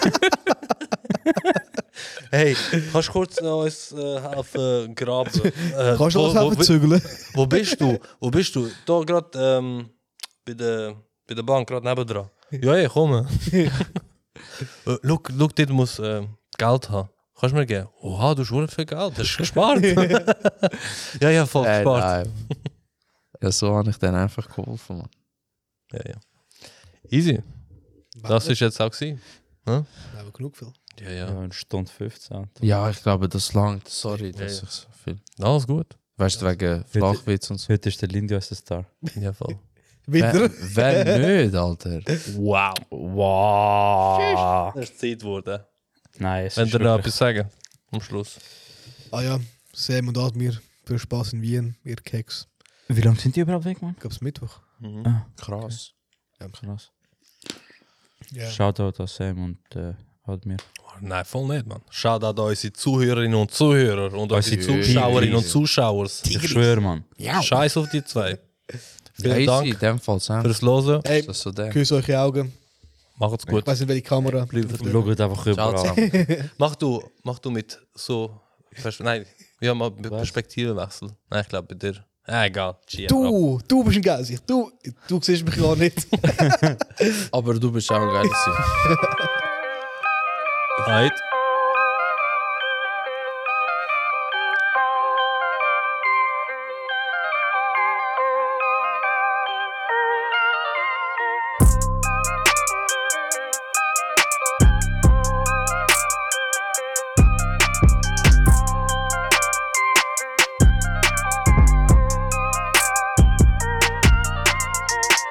Hey, kannst du kurz noch uns helfen graben? Kannst du alles helfen zügeln? Wo bist du? Wo bist du? Da gerade bei der Bank, gerade nebendran. Ja, ja, komm. Schau, dort muss Geld haben. Kannst du mir geben? Oha, du hast schon viel Geld. Das ist gespart. ja, voll gespart. Nein. Ja, so habe ich dann einfach geholfen, Mann. Ja. Easy. Das ist jetzt auch gewesen. Aber genug viel. Ja, Ja, ja. eine Stunde 15. Ja, ich glaube, das langt. Sorry, dass Ja. ich so viel. Alles gut. Weißt du, wegen Flachwitz und so. Heute ist der Lindy unser Star. Ja, voll. Wieder. Wer nicht, Alter? Wow. Wow! Das ist Zeit geworden. Nein, es Wenn ist ihr noch wirklich... etwas sagen am Schluss. Ah ja, Sam und Admir, viel Spaß in Wien, ihr Keks. Wie lange sind die überhaupt weg, Mann? Ich glaube, es Mittwoch. Ah, Krass. krass. Ja. Shoutout an Sam und Admir. Nein, voll nicht, Mann. Schaut an unsere Zuhörerinnen und Zuhörer und unsere Unsere Zuschauerinnen und Tigris. Zuschauer. Ich schwöre, Mann. Scheiß auf die zwei. Vielen Easy, Dank in dem Fall, Sam. fürs Hören. Hey, Das ist so der. küsse euch die Augen. Macht's Ich gut. weiß nicht, welche Kamera. Schaut einfach überall. Ciao. Mach du mit so. Nein, wir haben mal Perspektivenwechsel. Nein, ich glaube bei dir. Egal. Cheer ab. Du bist ein Geist. Du siehst mich gar nicht. Aber du bist auch geil. Right.